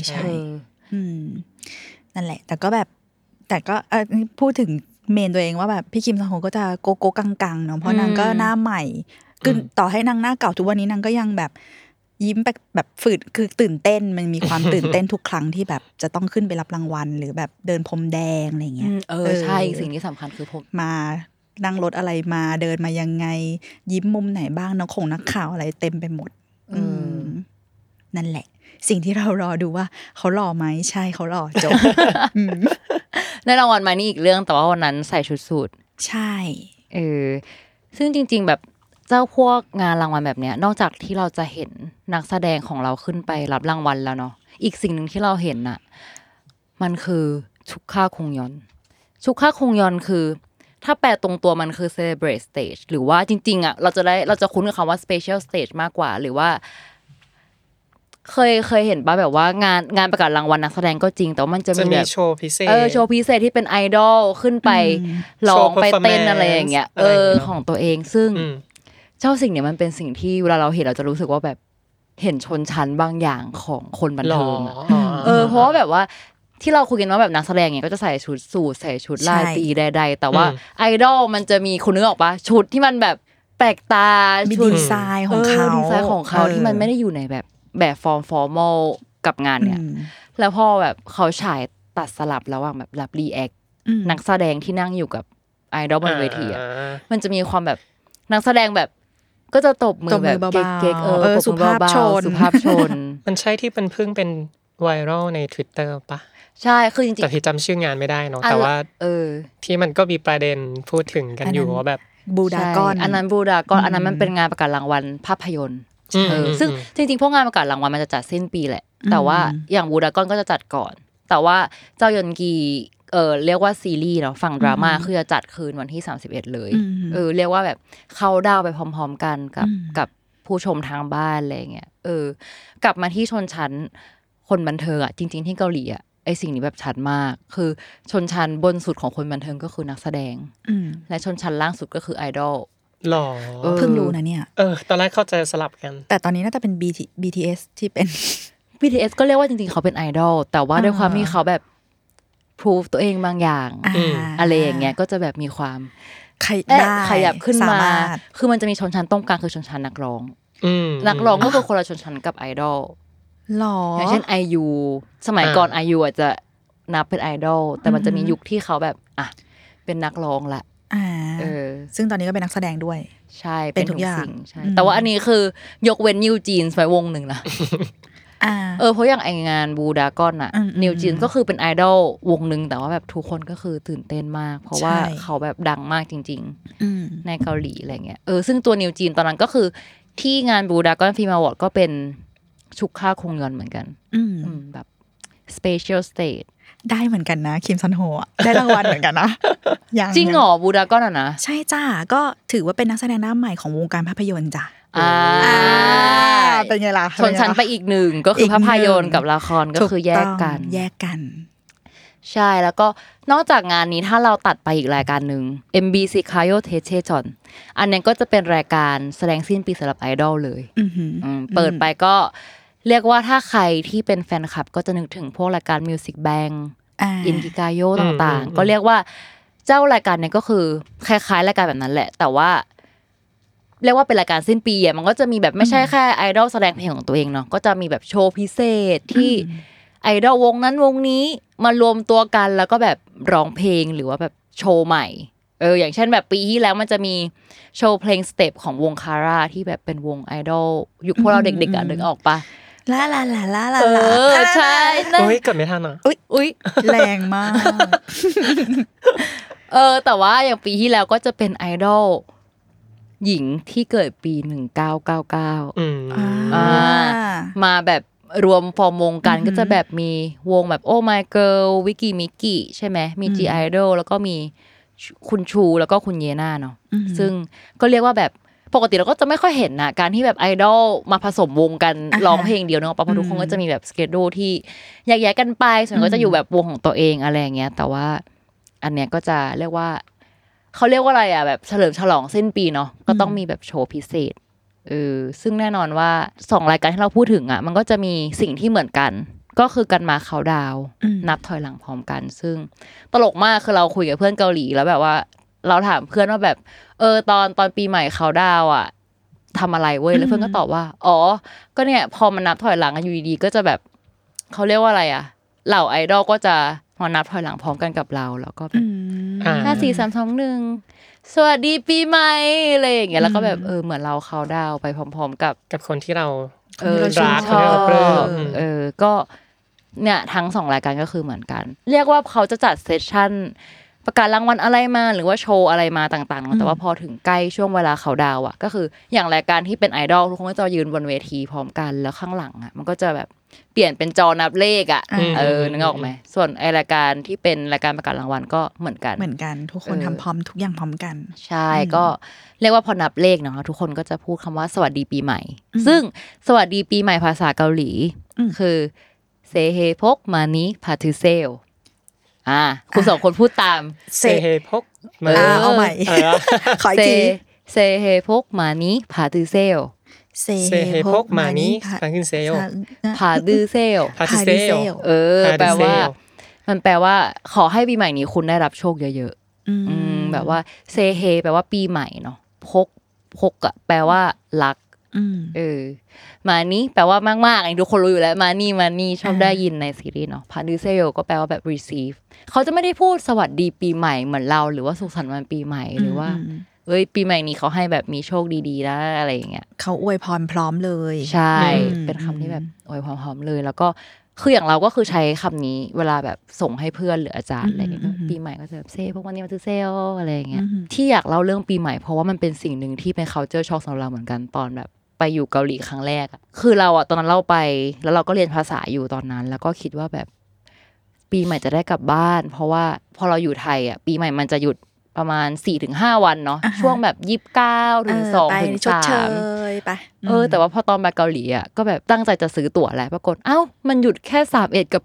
นั่นแหละแต่ก็แบบแต่ก็พูดถึงเมนตัวเองว่าแบบพี่คิมซอนโฮก็จะโกโก้กังๆเนาะเพราะนางก็หน้าใหม่คือต่อให้นางหน้าเก่าทุกวันนี้นางก็ยังแบบยิ้มแบบฝืดคือตื่นเต้นมันมีความตื่นเต้นทุกครั้งที่แบบจะต้องขึ้นไปรับรางวัลหรือแบบเดินพรมแดงอะไรเงี้ยใช่สิ่งที่สำคัญคือผมมานั่งรถอะไรมาเดินมายังไงยิ้มมุมไหนบ้างนักข่าวอะไรเต็มไปหมดนั่นแหละสิ่งที่เรารอดูว่าเขาหล่อไหมใช่เขาหล่อจบในรางวัลมานี่อีกเรื่องแต่ว่าวันนั้นใส่ชุดสูทใช่ซึ่งจริงๆแบบเจ้าพวกงานรางวัลแบบเนี้ยนอกจากที่เราจะเห็นนักแสดงของเราขึ้นไปรับรางวัลแล้วเนาะอีกสิ่งหนึ่งที่เราเห็นน่ะมันคือชุกค่าคงยอนคือถ้าแปลตรงตัวมันคือ celebrate stage หรือว่าจริงๆอ่ะเราจะคุ้นกับคำว่า special stage มากกว่าหรือว่าเคยเห็นป่ะแบบว่างานประกาศรางวัลนักแสดงก็จริงแต่ว่ามันจะมีแบบโชว์พิเศษโชว์พิเศษที่เป็นไอดอลขึ้นไปร้องไปเต้นอะไรอย่างเงี้ยของตัวเองซึ่งเจ้าสิ่งเนี้ยมันเป็นสิ่งที่เวลาเราเห็นเราจะรู้สึกว่าแบบเห็นชนชั้นบางอย่างของคนบันเทิงเพราะว่าแบบว่าที่เราคุยกันว่าแบบนักแสดงเนี่ยก็จะใส่ชุดสูทใส่ชุดลายตีใดๆแต่ว่าไอดอลมันจะมีคนนึกออกปะชุดที่มันแบบแปลกตาชุดดีไซน์ของเขาที่มันไม่ได้อยู่ในแบบฟอร์มอลกับงานเนี่ยแล้วพอแบบเขาฉายตัดสลับระหว่างแบบรับรีแอคนักแสดงที่นั่งอยู่กับไอดอลบนเวทีอ่ะมันจะมีความแบบนักแสดงแบบก็จะตบมือแบบเก๊กสุภาพชนมันใช่ที่เป็นเพิ่งเป็นไวรัลใน Twitter ปะใช่คือจริงๆแต่ที่จำชื่องานไม่ได้เนาะแต่ว่าที่มันก็มีประเด็นพูดถึงกันอยู่ว่าแบบบูดากอนอันนั้นบูดากอนอันนั้นมันเป็นงานประกาศรางวัลภาพยนตร์ซึ่งจริงๆพวกงานประกาศรางวัลมันจะจัดสิ้นปีแหละแต่ว่าอย่างบูดากอนก็จะจัดก่อนแต่ว่าเจ้ายอนกีเรียกว่าซีรีส์เนาะฝั่งดราม่าคือจะจัดคืนวันที่31เลยเรียกว่าแบบเข้าดาวไปพร้อมๆกันกับผู้ชมทางบ้านอะไรเงี้ยกลับมาที่ชนชั้นคนบันเทิงอ่ะจริงๆที่เกาหลีอ่ะไอสิ่งนี้แบบชัดมากคือชนชั้นบนสุดของคนบันเทิงก็คือนักแสดงและชนชั้นล่างสุดก็คือไอดอลหรอเพิ่งรู้นะเนี่ยตอนแรกเข้าใจสลับกันแต่ตอนนี้น่าจะเป็น BTS ที่เป็น BTS ก็เรียกว่าจริงๆเขาเป็นไอดอลแต่ว่าด้วยความที่เขาแบบprove ตัวเองบางอย่างอะไรอย่างเงี้ยก็จะแบบมีความขยับขึ้นมาคือมันจะมีชนชั้นตรงกลางคือชนชั้นนักร้องก็คือคนละชนชั้นกับไอดอลอย่างเช่น IU สมัยก่อน IU อาจจะนับเป็นไอดอลแต่มันจะมียุคที่เขาแบบเป็นนักร้องละซึ่งตอนนี้ก็เป็นนักแสดงด้วยใช่เป็นทุกอย่างใช่แต่ว่าอันนี้คือยกเว้นนิวจีนส์ไปวงหนึ่งนะเพราะอย่างไองานบูดากอนอะนิวจีนก็คือเป็นไอดอลวงนึงแต่ว่าแบบทุกคนก็คือตื่นเต้นมากเพราะว่าเขาแบบดังมากจริงๆในเกาหลีอะไรเงี้ยซึ่งตัวนิวจีนตอนนั้นก็คือที่งานบูดากอนฟิล์มอวอร์ดก็เป็นชุกค่าคงยอนเหมือนกันแบบ special stage ได้เหมือนกันนะคิมซันโฮได้รางวัลเหมือนกันนะจริงเหรอบูดากอนอ่ะนะใช่จ้าก็ถือว่าเป็นนักแสดงหน้าใหม่ของวงการภาพยนตร์จ้ะเป็นไงล่ะชนชั้นไปอีกหนึ่งก็คือภาพยนตร์กับละครก็คือแยกกันใช่แล้วก็นอกจากงานนี้ถ้าเราตัดไปอีกรายการนึง MBC Kayo Taecheon อันนี้ก็จะเป็นรายการแสดงสิ้นปีสำหรับไอดอลเลยเปิดไปก็เรียกว่าถ้าใครที่เป็นแฟนคลับก็จะนึกถึงพวกรายการ Music Bank อินกิกาโยต่างๆก็เรียกว่าเจ้ารายการนี้ก็คือคล้ายๆรายการแบบนั้นแหละแต่ว่าเรียกว่าเป็นรายการสิ้นปีมันก็จะมีแบบไม่ใช่แค่ไอดอลแสดงเพลงของตัวเองเนาะก็จะมีแบบโชว์พิเศษที่ไอดอลวงนั้นวงนี้มารวมตัวกันแล้วก็แบบร้องเพลงหรือว่าแบบโชว์ใหม่อย่างเช่นแบบปีที่แล้วมันจะมีโชว์เพลงสเต็ปของวงคาร่าที่แบบเป็นวงไอดอลยุคพวกเราเด็กๆนึกออกปะลาใช่โอ้ยเกิดไม่ทันอ่ะอุ๊ยแรงมากแต่ว่าอย่างปีที่แล้วก็จะเป็นไอดอลหญิงที่เกิดปี1999มาแบบรวมฟอร์มวงกันก็จะแบบมีวงแบบโอ้ my girl วิกกี้มิกกี้ใช่ไหมมี G idol แล้วก็มีคุณชูแล้วก็คุณเยน่าเนาะซึ่งก็เรียกว่าแบบปกติเราก็จะไม่ค่อยเห็นนะการที่แบบไอดอลมาผสมวงกันร้องเพลงเดียวเนาะเพราะทุกคนก็จะมีแบบสเกดูที่แยกๆกันไปส่วนก็จะอยู่แบบวงของตัวเองอะไรอย่างเงี้ยแต่ว่าอันเนี้ยก็จะเรียกว่าเขาเรียกว่าอะไรอ่ะแบบเฉลิมฉลองสิ้นปีเนาะก็ต้องมีแบบโชว์พิเศษซึ่งแน่นอนว่า2รายการที่เราพูดถึงอ่ะมันก็จะมีสิ่งที่เหมือนกันก็คือกันมาเขาดาวนับถอยหลังพร้อมกันซึ่งตลกมากคือเราคุยกับเพื่อนเกาหลีแล้วแบบว่าเราถามเพื่อนว่าแบบตอนปีใหม่เขาดาวอ่ะทำอะไรเว้ยแล้วเพื่อนก็ตอบว่าอ๋อก็เนี่ยพอมันนับถอยหลังอยู่ดีๆก็จะแบบเขาเรียกว่าอะไรอ่ะเหล่าไอดอลก็จะมานับถอยหลังพร้อมกันกับเราแล้วก็แบบ5 4 3 2 1สวัสดีปีใหม่อะไรอย่างเงี้ยแล้วก็แบบเหมือนเราเขาดาวไปพร้อมๆกับคนที่เรารักคนที่เราปลื้มก็เนี่ยทั้ง2รายการก็คือเหมือนกันเรียกว่าเขาจะจัดเซสชั่นประกาศรางวัลอะไรมาหรือว่าโชว์อะไรมาต่างๆแต่ว่าพอถึงใกล้ช่วงเวลาเขาดาวอ่ะก็คืออย่างรายการที่เป็นไอดอลทุกคนก็จะยืนบนเวทีพร้อมกันแล้วข้างหลังอ่ะมันก็จะแบบเปลี่ยนเป็นจอนับเลขอ่ะนึกออกไหมส่วนไอรายการที่เป็นรายการประกาศรางวัลก็เหมือนกันทุกคนทำพร้อมทุกอย่างพร้อมกันใช่ก็เรียกว่าพอนับเลขเนาะทุกคนก็จะพูดคำว่าสวัสดีปีใหม่ซึ่งสวัสดีปีใหม่ภาษาเกาหลีคือเซเฮพกมานิพาทูเซลคุณสองคนพูดตามเซเฮพกเอาใหม่ขออีกทีเซเฮพกมานิพาทูเซลเซเฮพกมานิพาทูเซลพาทูเซลแปลว่ามันแปลว่าขอให้ปีใหม่นี้คุณได้รับโชคเยอะๆแบบว่าเซเฮแปลว่าปีใหม่เนาะพกอะแปลว่ารักมานี่แปลว่ามากๆอันนี้ทุกคนรู้อยู่แล้วมานี่ชอบได้ยินในซีรีส์เนาะพาดูเซโยก็แปลว่าแบบ receive เขาจะไม่ได้พูดสวัสดีปีใหม่เหมือนเราหรือว่าสุขสันต์วันปีใหม่หรือว่าปีใหม่นี้เขาให้แบบมีโชคดีๆนะอะไรอย่างเงี้ยเขาอวยพรพร้อมเลยใช่เป็นคำที่แบบอวยพรพร้อมเลยแล้วก็คืออย่างเราก็คือใช้คำนี้เวลาแบบส่งให้เพื่อนหรืออาจารย์อะไรอย่างเงี้ยปีใหม่ก็จะแบบเซพวกวันนี้มาซื้อเซลอะไรอย่างเงี้ยที่อยากเล่าเรื่องปีใหม่เพราะว่ามันเป็นสิ่งนึงที่เป็น culture shock สำหรับเราเหมือนกันตอนแบบไปอยู่เกาหลีครั้งแรกอ่ะคือเราอ่ะตอนนั้นเราไปแล้วเราก็เรียนภาษาอยู่ตอนนั้นแล้วก็คิดว่าแบบปีใหม่จะได้กลับบ้านเพราะว่าพอเราอยู่ไทยอ่ะปีใหม่มันจะหยุดประมาณ 4-5 วันเนาะช่วงแบบ29ถึง2ถึง3ไปแต่ว่าพอตอนไปเกาหลีอ่ะก็แบบตั้งใจจะซื้อตั๋วแหละปรากฏมันหยุดแค่31กับ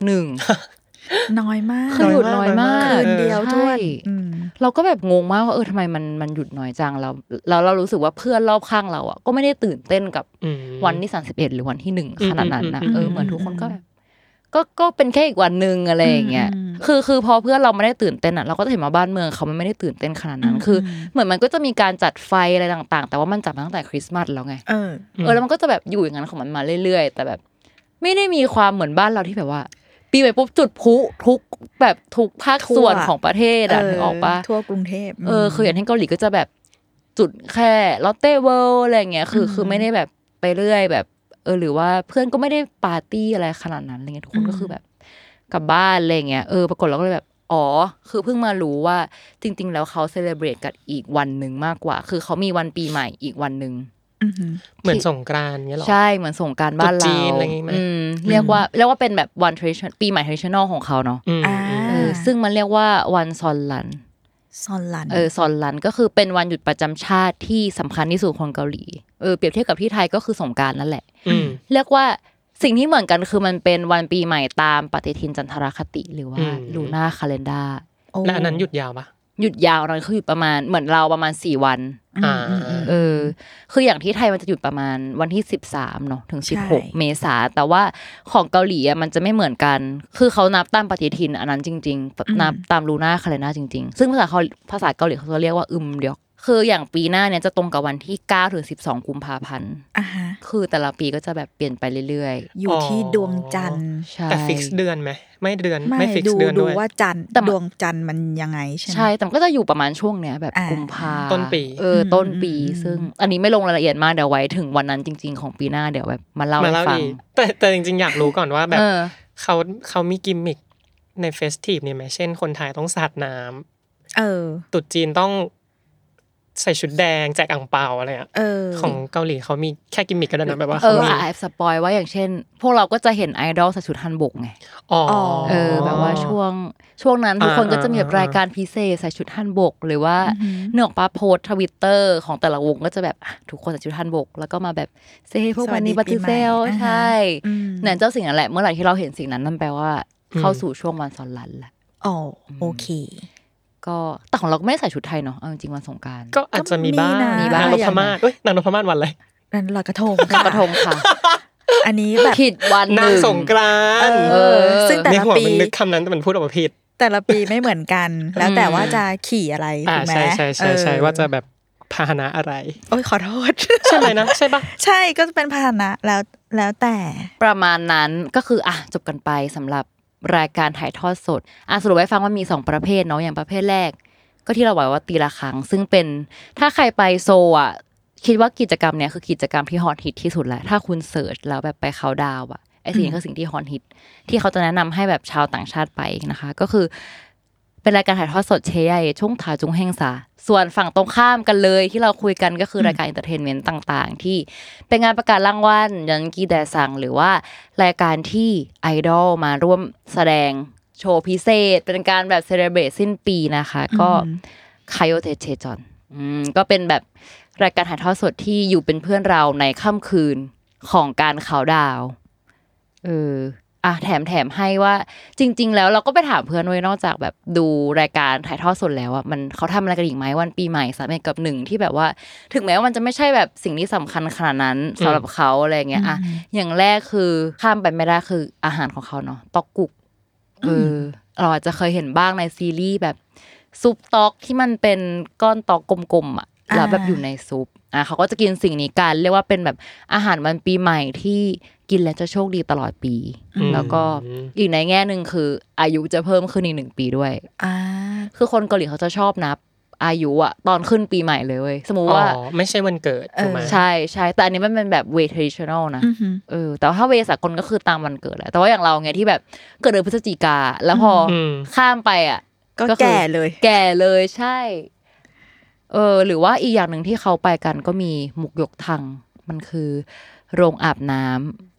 1 น้อยมากคือหยุดน้อยมากคืนเดียวทั่วเราก็แบบงงมากว่าทำไมมันหยุดน้อยจังแล้วเรารู้สึกว่าเพื่อนรอบข้างเราอ่ะก็ไม่ได้ตื่นเต้นกับวันที่31หรือวันที่1ขนาดนั้นนะเหมือนทุกคนก็แบบก็เป็นแค่อีกวันนึงอะไรอย่างเงี้ยคือพอเพื่อนเราไม่ได้ตื่นเต้นอ่ะเราก็จะเห็นว่าบ้านเมืองเขามันไม่ได้ตื่นเต้นขนาดนั้นคือเหมือนมันก็จะมีการจัดไฟอะไรต่างๆแต่ว่ามันจัดมาตั้งแต่คริสต์มาสแล้วไงแล้วมันก็จะแบบอยู่อย่างนั้นของมันมาเรื่อยๆแต่แบบไม่ได้มีความเหมือนบ้านเราที่แบบว่าปีใหม่ปุ๊บจุดพลุทุกแบบทุกภาคส่วนของประเทศอ่ะนึกออกปะทั่วกรุงเทพคืออย่างที่เกาหลีก็จะแบบจุดแค่ลอตเต้เวิลด์อะไรเงี้ยคือไม่ได้แบบไปเรื่อยแบบหรือว่าเพื่อนก็ไม่ได้ปาร์ตี้อะไรขนาดนั้นอะไรเงี้ยทุกคนก็คือแบบกลับบ้านอะไรเงี้ยปรากฏเราก็เลยแบบคือเพิ่งมารู้ว่าจริงๆแล้วเขาเซเลบเรตกันอีกวันนึงมากกว่าคือเขามีวันปีใหม่อีกวันนึงเหมือนสงกรานต์เงี้ยหรอใช่เหมือนสงกรานต์บ้านเราเรียกว่าเป็นแบบวันปีใหม่ traditional ของเขาเนาะซึ่งมันเรียกว่าวันซอนลันซอนลันก็คือเป็นวันหยุดประจำชาติที่สำคัญที่สุดของเกาหลีเปรียบเทียบกับที่ไทยก็คือสงกรานต์นั่นแหละเรียกว่าสิ่งที่เหมือนกันคือมันเป็นวันปีใหม่ตามปฏิทินจันทรคติหรือว่าลูน่าคาเลนดาร์และอันนั้นหยุดยาวปะหยุดยาวนั้นคือหยุดประมาณเหมือนเราประมาณ4วันคืออย่างที่ไทยมันจะหยุดประมาณวันที่13เนาะถึง16เมษาแต่ว่าของเกาหลีอ่ะมันจะไม่เหมือนกันคือเขานับตามปฏิทินอันนั้นจริงๆนับตามลูน่าคาเลนดาร์จริงๆซึ่งภาษาเกาหลีเขาเรียกว่าเดียวคืออย่างปีหน้าเนี่ยจะตรงกับวันที่9ถึง12กุมภาพันธ์คือแต่ละปีก็จะแบบเปลี่ยนไปเรื่อยๆอยู่ที่ดวงจันทร์แต่ฟิกซ์เดือนไหมไม่เดือนไม่ฟิกซ์เดือนด้วยดูว่าจันทร์ดวงจันทร์มันยังไงใช่ไหมใช่แต่ก็จะอยู่ประมาณช่วงเนี้ยแบบกุมภาต้นปีต้นปีซึ่งอันนี้ไม่ลงรายละเอียดมากเดี๋ยวไว้ถึงวันนั้นจริงๆของปีหน้าเดี๋ยวแบบมาเล่าให้ฟังแต่จริงๆอยากรู้ก่อนว่าแบบเขามีกิมมิคในเฟสทีฟเนี่ยไหมเช่นคนไทยต้องสาดน้ำตุ๊ดจีนต้องใส่ชุดแดงแจกอั่งเปาอะไรของเกาหลีเขามีแค่กิมมิคกันนะแบบว่าแอบสปอยว่าอย่างเช่นพวกเราก็จะเห็นไอดอลใส่ชุดฮันบกไงแบบว่าช่วงนั้นทุกคนก็จะมีแบบรายการพิเศษใส่ชุดฮันบกหรือว่าเนื้อปลาโพสทวิตเตอร์ของแต่ละวงก็จะแบบทุกคนใส่ชุดฮันบกแล้วก็มาแบบเซย์พวกวันนี้บัตเซลใช่เนี่ยเจ้าสิ่งนั้นแหละเมื่อไหร่ที่เราเห็นสิ่งนั้นนั่นแปลว่าเข้าสู่ช่วงวันซอนลันแหละโอเคก็แต่ของเราก็ไม่ได้ใส่ชุดไทยเนาะเอาจริงวันสงกรานต์ก็อาจจะมีบ้างนางนพมาศนางนพมาศวันอะไรนั่นลอยกระทงค่ะอันนี้แบบผิดวันนางสงกรานต์ซึ่งแต่ละปีมันนึกคำนั้นแต่มันพูดออกมาผิดแต่ละปีไม่เหมือนกันแล้วแต่ว่าจะขี่อะไรถูกไหมใช่ว่าจะแบบพาหนะอะไรโอ๊ยขอโทษใช่ไหมนะใช่ปะใช่ก็จะเป็นพาหนะแล้วแต่ประมาณนั้นก็คือจบกันไปสำหรับรายการถ่ายทอดสดสรุปให้ฟังว่ามี2ประเภทเนาะอย่างประเภทแรกก็ที่เราบอกว่าตีละครั้งซึ่งเป็นถ้าใครไปโซคิดว่ากิจกรรมเนี้ยคือกิจกรรมที่ฮอตฮิตที่สุดแหละถ้าคุณเสิร์ชแล้วแบบไปเค้าดาวน์ไอ้สิ่งนี้คือสิ่งที่ฮอตฮิตที่เขาจะแนะนำให้แบบชาวต่างชาติไปนะคะก็คือเป็นรายการถ่ายทอดสดเชยใหญ่ช่วงถาจุงเฮงซาส่วนฝั่งตรงข้ามกันเลยที่เราคุยกันก็คือรายการเอนเตอร์เทนเมนต์ต่างๆที่เป็นงานประกาศรางวัลยันกีแดซังหรือว่ารายการที่ไอดอลมาร่วมแสดงโชว์พิเศษเป็นการแบบเซเลบเรตสิ้นปีนะคะก็คายโอเทเชจอนก็เป็นแบบรายการถ่ายทอดสดที่อยู่เป็นเพื่อนเราในค่ำคืนของการเค้าดาวน์แถมให้ว่าจริงๆแล้วเราก็ไปถามเพื่อนไว้นอกจากแบบดูรายการถ่ายทอดสดแล้วมันเขาทำอะไรกันอีกไหมวันปีใหม่31กับ1ที่แบบว่าถึงแม้ว่ามันจะไม่ใช่แบบสิ่งที่สำคัญขนาดนั้นสำหรับเขาอะไรเงี้ยอย่างแรกคือข้ามไปไม่ได้คืออาหารของเขาเนาะต๊อกกุกเราอาจจะเคยเห็นบ้างในซีรีส์แบบซุปต๊อกที่มันเป็นก้อนต๊อกกลมๆแล้วแบบอยู่ในซุปเขาก็จะกินสิ่งนี้กันเรียกว่าเป็นแบบอาหารวันปีใหม่ที่กินแล้วจะโชคดีตลอดปีแล้วก็อีกในแง่นึงคืออายุจะเพิ่มขึ้นอีก1ปีด้วยคือคนเกาหลีเขาจะชอบนับอายุตอนขึ้นปีใหม่เลยเว้ยสมมุติว่าไม่ใช่วันเกิดถูกมั้ยใช่แต่อันนี้มันเป็นแบบ way traditional นะแต่ถ้า way สากลก็คือตามวันเกิดแหละแต่ว่าอย่างเราไงที่แบบเกิดเดือนพฤศจิกาแล้วพอข้ามไปก็แก่เลยใช่หรือว่าอีกอย่างนึงที่เขาไปกันก็มีมุกยกทังมันคือโรงอาบน้ำ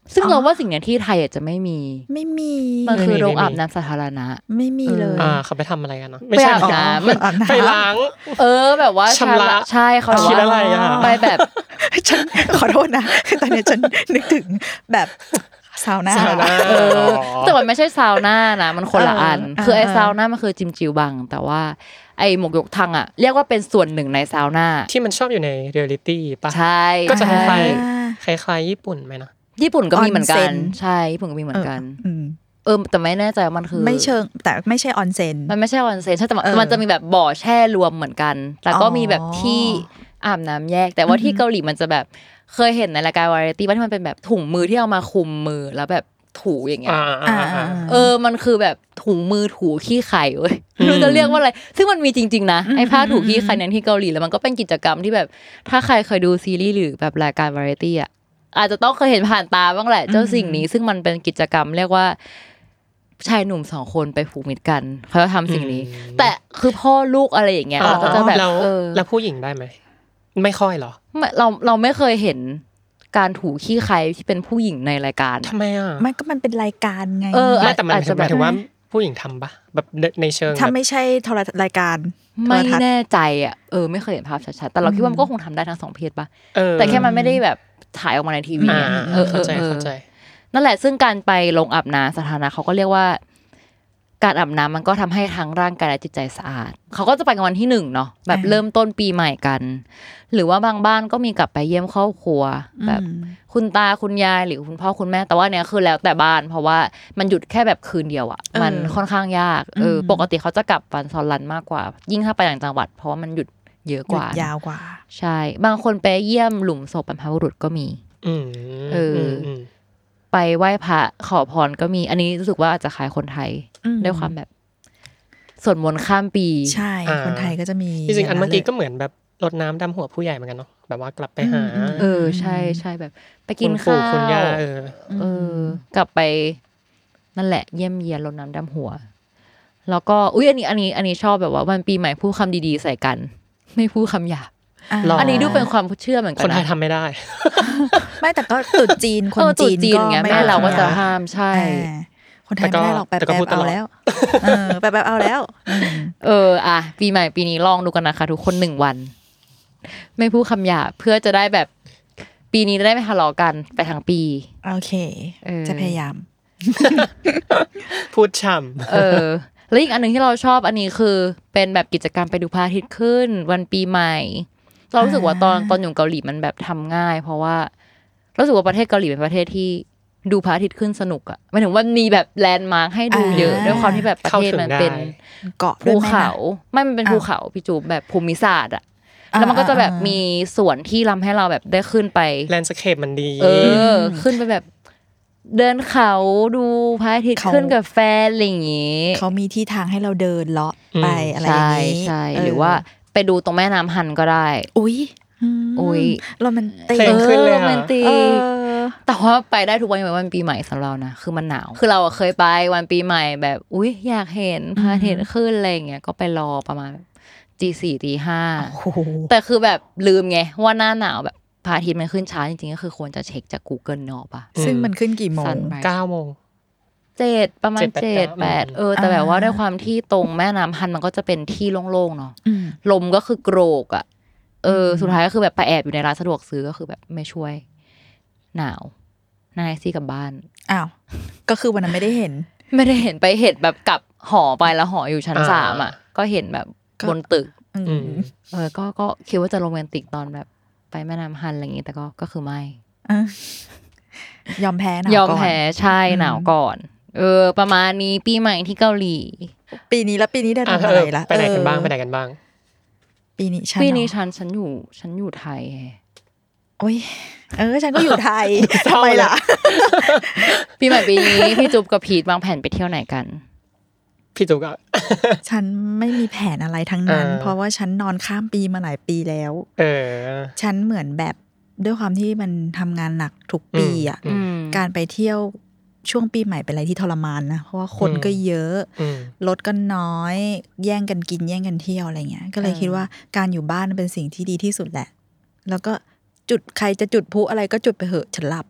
ซึ่งเราว่าสิ่งเนี้ยที่ไทยจะไม่มีมันคือโรงอาบน้ำสาธารณะไม่มีเลยเขาไปทำอะไรกันเนาะไม่ใช่อาบน้ำไปล้างแบบว่าชำระใช่เขาคิดอะไรไปแบบฉันขอโทษนะคือตอนนี้ฉันนึกถึงแบบซาวน่าแต่มันไม่ใช่ซาวน่านะมันคนละอันคือไอ้ซาวน่ามันคือจิมจิวบังแต่ว่าไอ้หมกยกทังอ่ะเรียกว่าเป็นส่วนหนึ่งในซาวน่าที่มันชอบอยู่ในเรียลลิตี้ป่ะใช่ก็จะคล้ายญี่ปุ่นไหมนะญี่ปุ่นก็มีเหมือนกันใช่ญี่ปุ่นก็มีเหมือนกันแต่ไม่แน่ใจมันคือไม่เชิงแต่ไม่ใช่ออนเซ็นมันไม่ใช่ออนเซ็นใช่แต่มันจะมีแบบบ่อแช่รวมเหมือนกันแต่ก็มีแบบที่อาบน้ำแยกแต่ว่าที่เกาหลีมันจะแบบเคยเห็นในรายการวาไรตี้ว่าที่มันเป็นแบบถุงมือที่เอามาคุมมือแล้วแบบถูอย่างเงี้ยมันคือแบบถุงมือถูขี้ไข่เว้ยไม่รู้จะเรียกว่าอะไรซึ่งมันมีจริงๆนะไอ้ผ้าถูขี้ไข่นั้นที่เกาหลีแล้วมันก็เป็นกิจกรรมที่แบบถ้าใครเคยดูซีรีส์หรือแบบรายการวาไรตี้อ่ะอาจจะต้องเคยเห็นผ่านตาบ้างแหละเจ้าสิ่งนี้ซึ่งมันเป็นกิจกรรมเรียกว่าชายหนุ่ม2คนไปผูกมิตรกันเขาจะทำสิ่งนี้แต่คือพ่อลูกอะไรอย่างเงี้ยเราก็จะแบบแล้วผู้หญิงได้ไหมไม่ค่อยหรอเราไม่เคยเห็นการถูขี้ใครที่เป็นผู้หญิงในรายการทำไมอ่ะมันก็มันเป็นรายการไงไม่แต่มันอาจจะหมายถึงว่าผู้หญิงทำปะแบบในเชิงถ้าไม่ใช่รายการไม่แน่ใจอ่ะไม่เคยเห็นภาพชัดๆแต่เราคิดว่ามันก็คงทำได้ทั้ง2เพศปะแต่แค่มันไม่ได้แบบถ่ายออกมาในทีวีเข้าใจนั่นแหละซึ่งการไปลงอาบน้ำสาธารณะเขาก็เรียกว่าการอาบน้ำมันก็ทำให้ทั้งร่างกายและจิตใจสะอาดเขาก็จะไปกันวันที่1เนาะแบบเริ่มต้นปีใหม่กันหรือว่าบางบ้านก็มีกลับไปเยี่ยมครอบครัวแบบคุณตาคุณยายหรือคุณพ่อคุณแม่แต่ว่าเนี้ยคือแล้วแต่บ้านเพราะว่ามันหยุดแค่แบบคืนเดียวอ่ะมันค่อนข้างยากปกติเขาจะกลับวันซ้อนรันมากกว่ายิ่งถ้าไปต่างจังหวัดเพราะว่ามันหยุดเยอะกว่ายาวกว่าใช่บางคนไปเยี่ยมหลุมศพบรรพบุรุษก็มีไปไหว้พระขอพรก็มีอันนี้รู้สึกว่าอาจจะคล้ายคนไทยด้วยความแบบสวดมนต์ข้ามปีใช่คนไทยก็จะมีจริงๆอันเมื่อกี้ก็เหมือนแบบรดน้ำดำหัวผู้ใหญ่เหมือนกันเนาะแบบว่ากลับไปหาใช่ใช่แบบไปกินข้าวคุณย่ากลับไปนั่นแหละเยี่ยมเยียนรดน้ำดำหัวแล้วก็อันนี้ชอบแบบว่าวันปีใหม่พูดคำดีๆใส่กันไม่พูดคำหยาบอันนี้ดูเป็นความเชื่อเหมือนกันคนไทยทำไม่ได้ไม่แต่ก็ตุ๊ดจีนคนจีนก็แม่เราก็จะห้ามใช่คนไทยไม่ได้หรอกแป๊บเอาแล้วแป๊บเอาแล้วปีใหม่ปีนี้ลองดูกันนะคะทุกคน1วันไม่พูดคำหยาบเพื่อจะได้แบบปีนี้จะได้ไม่ทะเลาะกันไปทั้งปีโอเคจะพยายามพูดฉ่ำแล้วอีกอันนึงที่เราชอบอันนี้คือเป็นแบบกิจกรรมไปดูพระอาทิตย์ขึ้นวันปีใหม่เรารู้สึกว่าตอนอยู่เกาหลีมันแบบทำง่ายเพราะว่ารู้สึกว่าประเทศเกาหลีเป็นประเทศที่ดูพระอาทิตย์ขึ้นสนุกอ่ะหมายถึงว่ามีแบบแลนด์มาร์คให้ดูเยอะด้วยความที่แบบประเทศมันเป็นเกาะภูเขาไม่มันเป็นภูเขาพี่จูแบบภูมิศาสตร์อ่ะแล้วมันก็จะแบบมีส่วนที่ทำให้เราแบบได้ขึ้นไปแลนด์สเคปมันดีขึ้นไปแบบเดินเขาดูพระอาทิตย์ขึ้นกับแฟนอะไรอย่างงี้เขามีที่ทางให้เราเดินเลาะไปอะไรอย่างงี้ใช่หรือว่าไปดูตรงแม่น้ำฮันก็ได้อุ้ยโรแมนติกโรแมนติกแต่ว่าไปได้ทุกวันปีใหม่สำหรับเรานะคือมันหนาวคือเราเคยไปวันปีใหม่แบบอยากเห็นพระอาทิตย์ขึ้นอะไรอย่างเงี้ยก็ไปรอประมาณตี 4 ตี 5แต่คือแบบลืมไงว่าหน้าหนาวแบบพระอาทิตย์มันขึ้นช้าจริงๆก็คือควรจะเช็คจาก Google เนาะป่ะซึ่งมันขึ้นกี่โมง 9 โมง 7ประมาณ7 8แต่แบบว่าด้วยความที่ตรงแม่น้ำฮันมันก็จะเป็นที่โล่งๆเนาะลมก็คือโกรกอ่ะสุดท้ายก็คือแบบไปแอบอยู่ในร้านสะดวกซื้อก็คือแบบไม่ช่วยหนาวนายซี่กลับบ้านอ้าวก็คือวันนั้นไม่ได้เห็นไปเห็นแบบกลับหอไปแล้วหออยู่ชั้น3อ่ะก็เห็นแบบบนตึกก็คิดว่าจะโรแมนติกตอนแบบไปแม่น้ำฮันอะไรอย่างงี้แต่ก็คือไม่ยอมแพ้หนาวก่อนยอมแพ้ใช่หนาวก่อนประมาณนี้ปีใหม่ที่เกาหลีปีนี้ได้ทำอะไรล่ะไปไหนกันบ้างปีนี้ฉันอยู่ไทยโอ้ยฉันก็อยู่ไทยทำไมล่ะปีใหม่ปีนี้พี่จุ๊บกับพีทวางแผนไปเที่ยวไหนกันพี่จุ๊บก็ฉันไม่มีแผนอะไรทั้งนั้นเพราะว่าฉันนอนข้ามปีมาหลายปีแล้วฉันเหมือนแบบด้วยความที่มันทำงานหนักทุกปีอ่ะการไปเที่ยวช่วงปีใหม่เป็นอะไรที่ทรมานนะเพราะว่าคนก็เยอะรถก็น้อยแย่งกันกินแย่งกันเที่ยวอะไรเงี้ยก็เลยคิดว่าการอยู่บ้านเป็นสิ่งที่ดีที่สุดแหละแล้วก็จุดใครจะจุดพลุอะไรก็จุดไปเหอะฉันหลับ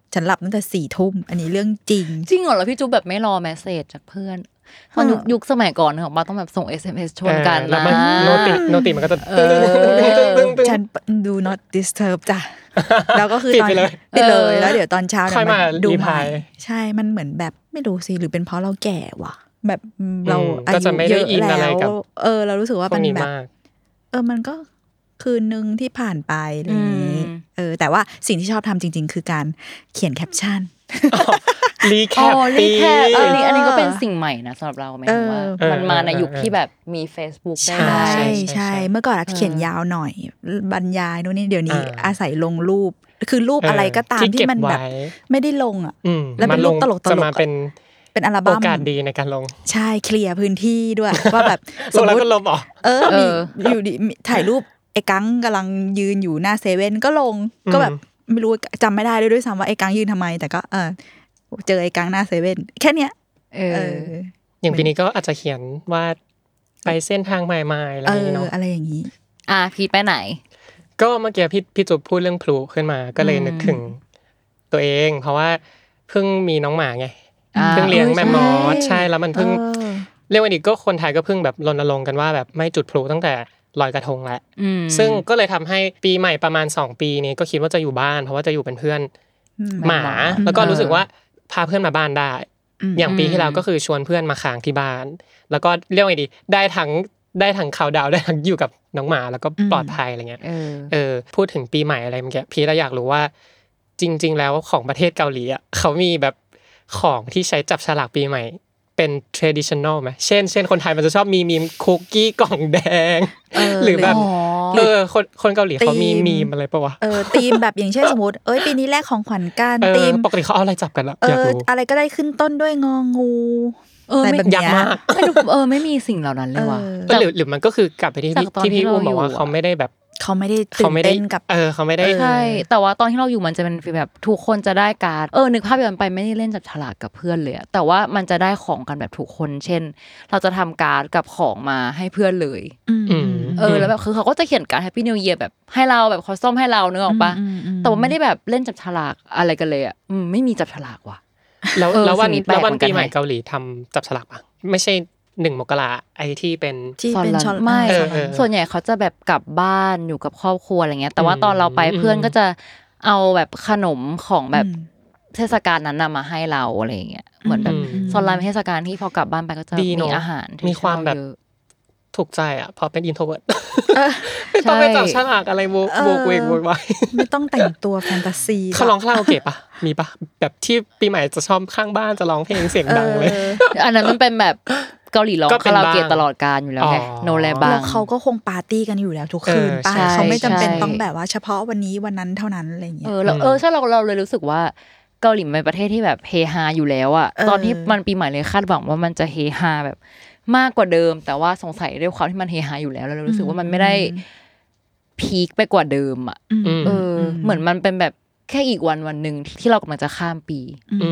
ฉันหลับตั้งแต่4 ทุ่มอันนี้เรื่องจริงเหรอแล้วพี่จุ๊บแบบไม่รอเมสเสจจากเพื่อนมันยุคสมัยก่อนเนี่ยมาต้องแบบส่ง SMS ชวนกันแล้วมันโนติมันก็จะฉันดู not disturb จ้ะแล้วก็คือตอนปิดเลยแล้วเดี๋ยวตอนเช้าเนี่ยมันดูใหม่ใช่มันเหมือนแบบไม่รู้สิหรือเป็นเพราะเราแก่ว่ะแบบเราอายุเยอะแล้วเรารู้สึกว่ามันแบบมันก็คืนนึงที่ผ่านไปอะไรอย่างนี้แต่ว่าสิ่งที่ชอบทำจริงๆคือการเขียนแคปชั่นรีแคปอันนี้ก็เป็นสิ่งใหม่นะสำหรับเราหมายถึงว่ามันมาในยุคที่แบบมี Facebook ได้ใช่เมื่อก่อนเขียนยาวหน่อยบรรยายนู่นนี่เดี๋ยวนี้อาศัยลงรูปคือรูปอะไรก็ตามที่มันแบบไม่ได้ลงอ่ะแล้วเป็นรูปตลกจะมาเป็นอัลบั้มโอกาสดีในการลงใช่เคลียร์พื้นที่ด้วยว่าแบบสมมติก็ลบมีอยู่ดีถ่ายรูปไอ้กังกำลังยืนอยู่หน้าเซเว่นก็ลงก็แบบไม่รู้จำไม่ได้ด้วยซ้ำว่าไอ้กังยืนทำไมแต่ก็เจอไอ้กังหน้าเซเว่นแค่เนี้ยอย่างปีนี้ก็อาจจะเขียนว่าไปเส้นทางใหม่ๆอะไรอย่างนี้เนาะอะไรอย่างนี้พี่ไปไหนก็เมื่อกี้พี่จุ๊บพูดเรื่องพลูขึ้นมาก็เลยนึกถึงตัวเองเพราะว่าเพิ่งมีน้องหมาไงเพิ่งเลี้ยงแมมมอสใช่แล้วมันเพิ่งเรียกว่าอีกก็คนไทยก็เพิ่งแบบรณรงค์กันว่าแบบไม่จุดพลุตั้งแต่ลอยกระทงแล้วซึ่งก็เลยทำให้ปีใหม่ประมาณ2 ปีนี้ก็คิดว่าจะอยู่บ้านเพราะว่าจะอยู่เป็นเพื่อนหมาแล้วก็รู้สึกว่าพาเพื่อนมาบ้านได้อย่างปีที่แล้วก็คือชวนเพื่อนมาค้างที่บ้านแล้วก็เรียกว่าไงดีได้ทั้งเขาดาวได้ทั้งอยู่กับน้องหมาแล้วก็ปลอดภัยอะไรเงี้ยพูดถึงปีใหม่อะไรเมื่อกี้พี่เราอยากรู้ว่าจริงๆแล้วของประเทศเกาหลีอ่ะเขามีแบบของที่ใช้จับฉลากปีใหม่เป็น traditional มั้ยเช่นคนไทยมันจะชอบมีมีมคุกกี้กล่องแดงหรือแบบคนเกาหลีเขามีมีมอะไรป่ะวะธีมแบบอย่างเช่นสมมุติปีนี้แรกของขวัญกันธีมปกติเขาเอาอะไรจับกันล่ะอยากรู้อะไรก็ได้ขึ้นต้นด้วยงองูอะไรแบบนี้ไม่รู้ไม่มีสิ่งเหล่านั้นเลยว่ะหรือมันก็คือกลับไปที่พี่อุ้มบอกว่าเขาไม่ได้แบบเขาไม่ได้ตื่นเต้นกับเขาไม่ได้ใช่แต่ว่าตอนที่เราอยู่มันจะเป็นฟีลแบบทุกคนจะได้การ์ดนึกภาพย้อนไปไม่ได้เล่นจับฉลากกับเพื่อนเลยแต่ว่ามันจะได้ของกันแบบทุกคนเช่นเราจะทำการ์ดกับของมาให้เพื่อนเลยแล้วแบบคือเขาก็จะเขียนการ์ด Happy New Year แบบให้เราแบบคอสตอมให้เรานึกออกปะแต่ว่าไม่ได้แบบเล่นจับฉลากอะไรกันเลยไม่มีจับฉลากว่ะแล้ววันปีใหม่เกาหลีทำจับฉลากปะไม่ใช่1 มกราไอที่เป็นช็อตไม่ส่วนใหญ่เขาจะแบบกลับบ้านอยู่กับครอบครัวอะไรเงี้ยแต่ว่าตอนเราไปเพื่อนก็จะเอาแบบขนมของแบบเทศกาลนั้นมาให้เราอะไรเงี้ยเหมือนแบบซอนไลน์เทศกาลที่พอกลับบ้านไปก็จะมีอาหารมีความแบบถูกใจพอเป็นอินโทรเวิร์ตไม่ต้องไปจับฉลากอะไรโบกเวกโวยวายไม่ต้องแต่งตัวแฟนตาซีเขาร้องคาราโอเกะปะมีปะแบบที่ปีใหม่จะชอบข้างบ้านจะร้องเพลงเสียงดังเลยอันนั้นมันเป็นแบบเกาหลีร้องคาราโอเกะตลอดกาลอยู่แล้วไงโนแลบังแล้วเขาก็คงปาร์ตี้กันอยู่แล้วทุกคืนป่ะเขาไม่จำเป็นต้องแบบว่าเฉพาะวันนี้วันนั้นเท่านั้นอะไรอย่างเงี้ยใช่เราเลยรู้สึกว่าเกาหลีเป็นประเทศที่แบบเฮฮาอยู่แล้วอ่ะตอนที่มันปีใหม่เลยคาดหวังว่ามันจะเฮฮาแบบมากกว่าเดิมแต่ว่าสงสัยด้วยความที่มันเฮฮาอยู่แล้วเรารู้สึกว่ามันไม่ได้พีคไปกว่าเดิมอ่ะเหมือนมันเป็นแบบแค่อีกวันนึงที่เรากำลังจะข้ามปี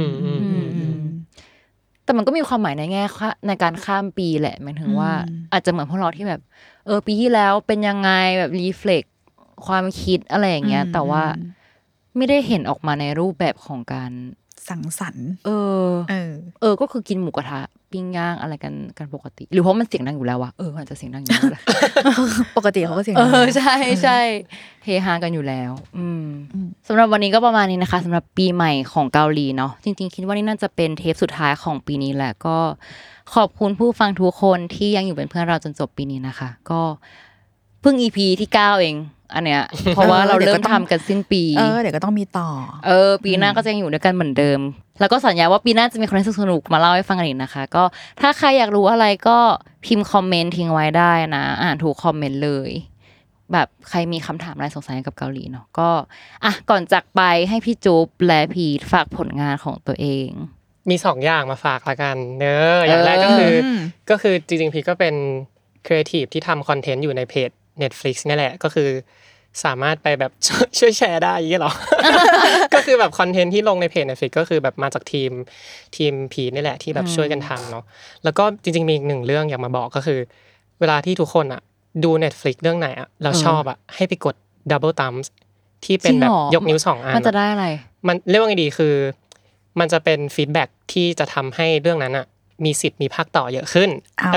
แต่มันก็มีความหมายในแง่ในการข้ามปีแหละหมายถึงว่าอาจจะเหมือนพวกเราที่แบบปีที่แล้วเป็นยังไงแบบรีเฟล็กความคิดอะไรอย่างเงี้ยแต่ว่าไม่ได้เห็นออกมาในรูปแบบของการสังสรรค์ก็คือกินหมูกระทะปิ้งย่างอะไรกันปกติหรือเพราะมันเสียงดังอยู่แล้ววะมันจะเสียงดังอยู่แล้วปกติเขาก็เสียงใช่เฮฮากันอยู่แล้วสำหรับวันนี้ก็ประมาณนี้นะคะสำหรับปีใหม่ของเกาหลีเนาะจริงๆคิดว่านี่น่าจะเป็นเทปสุดท้ายของปีนี้แหละก็ขอบคุณผู้ฟังทุกคนที่ยังอยู่เป็นเพื่อนเราจนจบปีนี้นะคะก็เพิ่ง EP ที่9เองอันเนี้ยเพราะว่าเราเริ่มทำกันสิ้นปีเดี๋ยวก็ต้องมีต่อปีหน้าก็จะยังอยู่ด้วยกันเหมือนเดิมแล้วก็สัญญาว่าปีหน้าจะมีคอนเทนต์สนุกมาเล่าให้ฟังกันอีกนะคะก็ถ้าใครอยากรู้อะไรก็พิมพ์คอมเมนต์ทิ้งไว้ได้นะอ่านทุกคอมเมนต์เลยแบบใครมีคำถามอะไรสงสัยกับเกาหลีเนาะก็ก่อนจากไปให้พี่จุ๊บและพีทฝากผลงานของตัวเองมี2อย่างมาฝากละกันอย่างแรกก็คือจริงๆพีทก็เป็นครีเอทีฟที่ทำคอนเทนต์อยู่ในเพจ Netflix นี่แหละก็คือสามารถไปแบบช่วยแชร์ได้อย่างเงี้ยหรอ ก็คือแบบคอนเทนต์ที่ลงในเพจ Netflix ก็คือแบบมาจากทีมพีนี่แหละที่แบบช่วยกันทำเนาะแล้วก็จริงๆมีอีก1เรื่องอยากมาบอกก็คือเวลาที่ทุกคนดู Netflix เรื่องไหนเราชอบให้ไปกด Double Thumbs ที่เป็นแบบยกนิ้ว2อันมันจะได้อะไรมันเรียกว่าไงดีคือมันจะเป็นฟีดแบ็กที่จะทำให้เรื่องนั้นอ่ะมีสิทธิ์มีภาคต่อเยอะขึ้น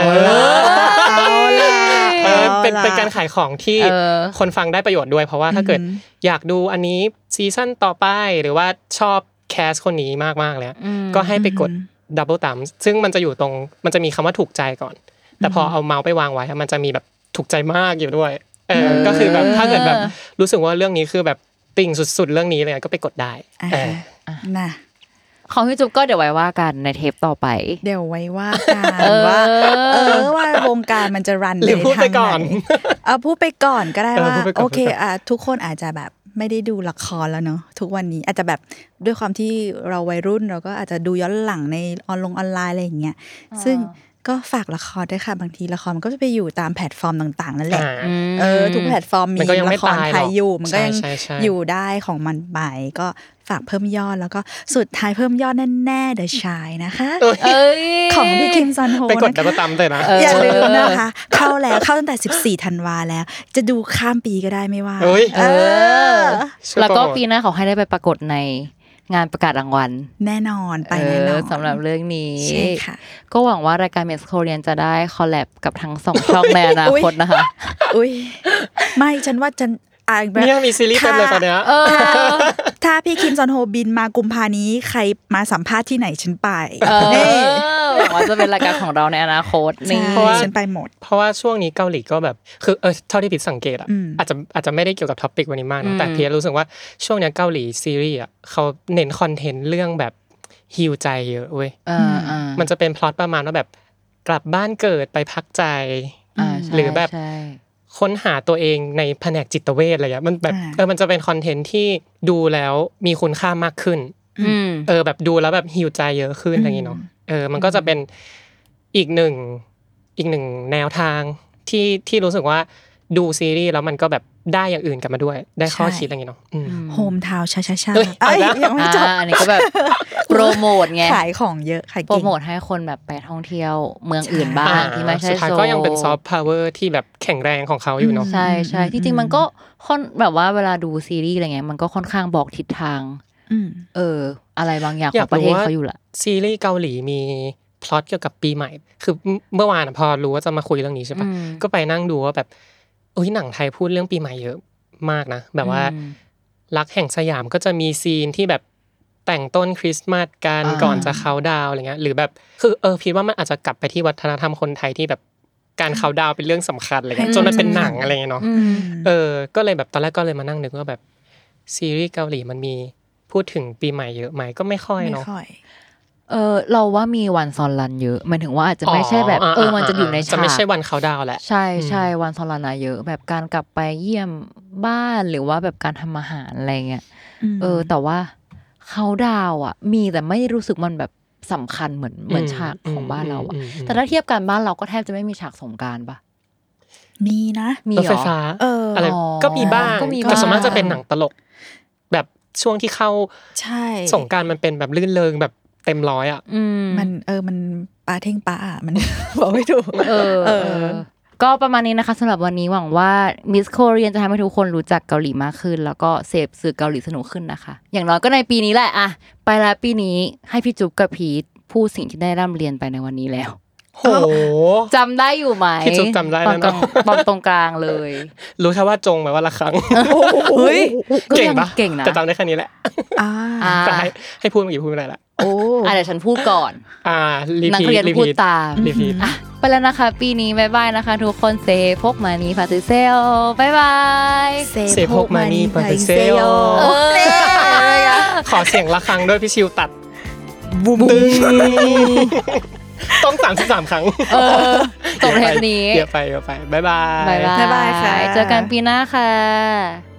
เป็นการขายของที่คนฟังได้ประโยชน์ด้วยเพราะว่าถ้าเกิดอยากดูอันนี้ซีซั่นต่อไปหรือว่าชอบแคสคนนี้มากๆเลยก็ให้ไปกดดับเบิลตัมป์ซึ่งมันจะอยู่ตรงมันจะมีคำว่าถูกใจก่อนแต่พอเอาเมาส์ไปวางไว้มันจะมีแบบถูกใจมากอยู่ด้วยก็คือแบบถ้าเกิดแบบรู้สึกว่าเรื่องนี้คือแบบติ่งสุดๆเรื่องนี้เลยก็ไปกดได้นะของพี่จุ๊บก็เดี๋ยวไว้ว่ากันในเทปต่อไปเดี๋ยวไว้ว่ากันว่าว่าวงการมันจะรันในทางไหนพูดไปก่อนพูดไปก่อนก็ได้ว่าโอเคทุกคนอาจจะแบบไม่ได้ดูละครแล้วเนาะทุกวันนี้อาจจะแบบด้วยความที่เราวัยรุ่นเราก็อาจจะดูย้อนหลังในออนไลน์อะไรอย่างเงี้ยซึ่งก็ฝากละครด้วยค่ะบางทีละครมันก็จะไปอยู่ตามแพลตฟอร์มต่างๆนั่นแหละทุกแพลตฟอร์มมีละครไทยอยู่มันก็ยังอยู่ได้ของมันไปก็ฝากเพิ่มยอดแล้วก็สุดท้ายเพิ่มยอดแน่ๆ The Shy นะคะของพี่คิมซอนโฮไปกดแล้วตามเลยนะอย่าลืมนะคะเข้าตั้งแต่14ธันวาแล้วจะดูข้ามปีก็ได้ไม่ว่าแล้วก็ปีหน้าขอให้ได้ไปปรากฏในงานประกาศรางวัลแน่นอนไปแน่นอนสำหรับเรื่องนี้ใช่ค่ะก็หวังว่ารายการ Miss Korean จะได้คอลแลบกับทั้ง2ช่องในอนาคตนะคะไม่ฉันว่าเนี่ยมีซีรีส์เต็มเลยตอนเนี้ยถ้าพี่คิมซอนโฮบินมากุมภานี้ใครมาสัมภาษณ์ที่ไหนฉันไปหวังว่าจะเป็นรายการของเราในอนาคตนี่ฉันไปหมดเพราะว่าช่วงนี้เกาหลีก็แบบคือเท่าที่ผิดสังเกตอาจจะไม่ได้เกี่ยวกับท็อปิกวันนี้มากนะแต่พี่รู้สึกว่าช่วงนี้เกาหลีซีรีส์เขาเน้นคอนเทนต์เรื่องแบบฮีลใจเยอะเว้ยมันจะเป็นพล็อตประมาณว่าแบบกลับบ้านเกิดไปพักใจหรือแบบค้นหาตัวเองในแผนกจิตเวชอะไรอย่างเงี้ยมันแบบมันจะเป็นคอนเทนต์ที่ดูแล้วมีคุณค่ามากขึ้นแบบดูแล้วแบบฮีลใจเยอะขึ้นอะไรอย่างเงี้ยเนาะมันก็จะเป็นอีกหนึ่งแนวทางที่รู้สึกว่าดูซีรีส์แล้วมันก็แบบได้อย่างอื่นกลับมาด้วยได้ข้อคิดอะไรอย่างเงี้ยเนาะโฮมทาวน์ช้าๆยังไม่จบอันนี้ก็แบบโปรโมทไงขายของเยอะขายเก่งโปรโมทให้คนแบบไปท่องเที่ยวเมืองอื่นบ้างที่ไม่ใช่โซลสุดท้ายก็ยังเป็นซอฟต์พาวเวอร์ที่แบบแข็งแรงของเขาอยู่เนาะใช่ๆจริงๆมันก็แบบว่าเวลาดูซีรีส์อะไรเงี้ยมันก็ค่อนข้างบอกทิศทางอะไรบางอย่างของประเทศเขาอยู่ละซีรีส์เกาหลีมีพล็อตเกี่ยวกับปีใหม่คือเมื่อวานพอรู้ว่าจะมาคุยเรื่องนี้ใช่ปะก็ไปนั่งดูว่าแบบหนังไทยพูดเรื่องปีใหม่เยอะมากนะแบบว่ารักแห่งสยามก็จะมีซีนที่แบบแต่งต้นคริสต์มาสกันก่อนจะเค้าดาวอะไรเงี้ยหรือแบบคือคิดว่ามันอาจจะกลับไปที่วัฒนธรรมคนไทยที่แบบการเค้าดาวเป็นเรื่องสำคัญอะไรเงี้ยจนมันเป็นหนังอะไรเงี้ยเนาะก็เลยแบบตอนแรกก็เลยมานั่งนึกว่าแบบซีรีส์เกาหลีมันมีพูดถึงปีใหม่เยอะไหมก็ไม่ค่อยเนาะเราว่ามีวันซอนรันเยอะหมายถึงว่าอาจจะไม่ใช่แบบมันจะอยู่ในฉากจะไม่ใช่วันเค้าดาวแหละใช่ๆวันซอนรันเยอะแบบการกลับไปเยี่ยมบ้านหรือว่าแบบการทำอาหารอะไรเงี้ยแต่ว่าเค้าดาวมีแต่ไม่รู้สึกมันแบบสำคัญเหมือนฉากของบ้านเราแต่ถ้าเทียบกันบ้านเราก็แทบจะไม่มีฉากสงกรานต์ป่ะมีนะมีรถไฟฟ้าอะไรก็มีบ้างแต่ส่วนมากจะเป็นหนังตลกแบบช่วงที่เข้าสงกรานต์มันเป็นแบบลื่นเริงแบบเต็มร้อยมันปลาเท่งปลามันบอกไม่ถูกก็ประมาณนี้นะคะสำหรับวันนี้หวังว่า Miss Korean จะทำให้ทุกคนรู้จักเกาหลีมากขึ้นแล้วก็เสพสื่อเกาหลีสนุกขึ้นนะคะอย่างน้อยก็ในปีนี้แหละไปแล้วปีนี้ให้พี่จุ๊บกับพีทพูดสิ่งที่ได้ร่ำเรียนไปในวันนี้แล้วโหจำได้อยู่ไหมพี่จุ๊บจำได้แล้วตอนตรงกลางเลยรู้แค่ว่าจงหมายว่าละครั้งเก่งปะเก่งนะแต่จำได้แค่นี้แหละแต่ให้พูดเมื่อกี้พูดไม่ได้ละเดี๋ยวฉันพูดก่อนนักเรียนพูดตามไปแล้วนะคะปีนี้บ๊ายบายนะคะทุกคนเซพกมานีพาติเซลบ๊ายบายเซพกมานีพาติเซลขอเสียงระฆังด้วยพี่ชิวตัดบูมต้อง33ครั้งจบเทปนี้เดี๋ยวไปบ๊ายบายค่ะเจอกันปีหน้าค่ะ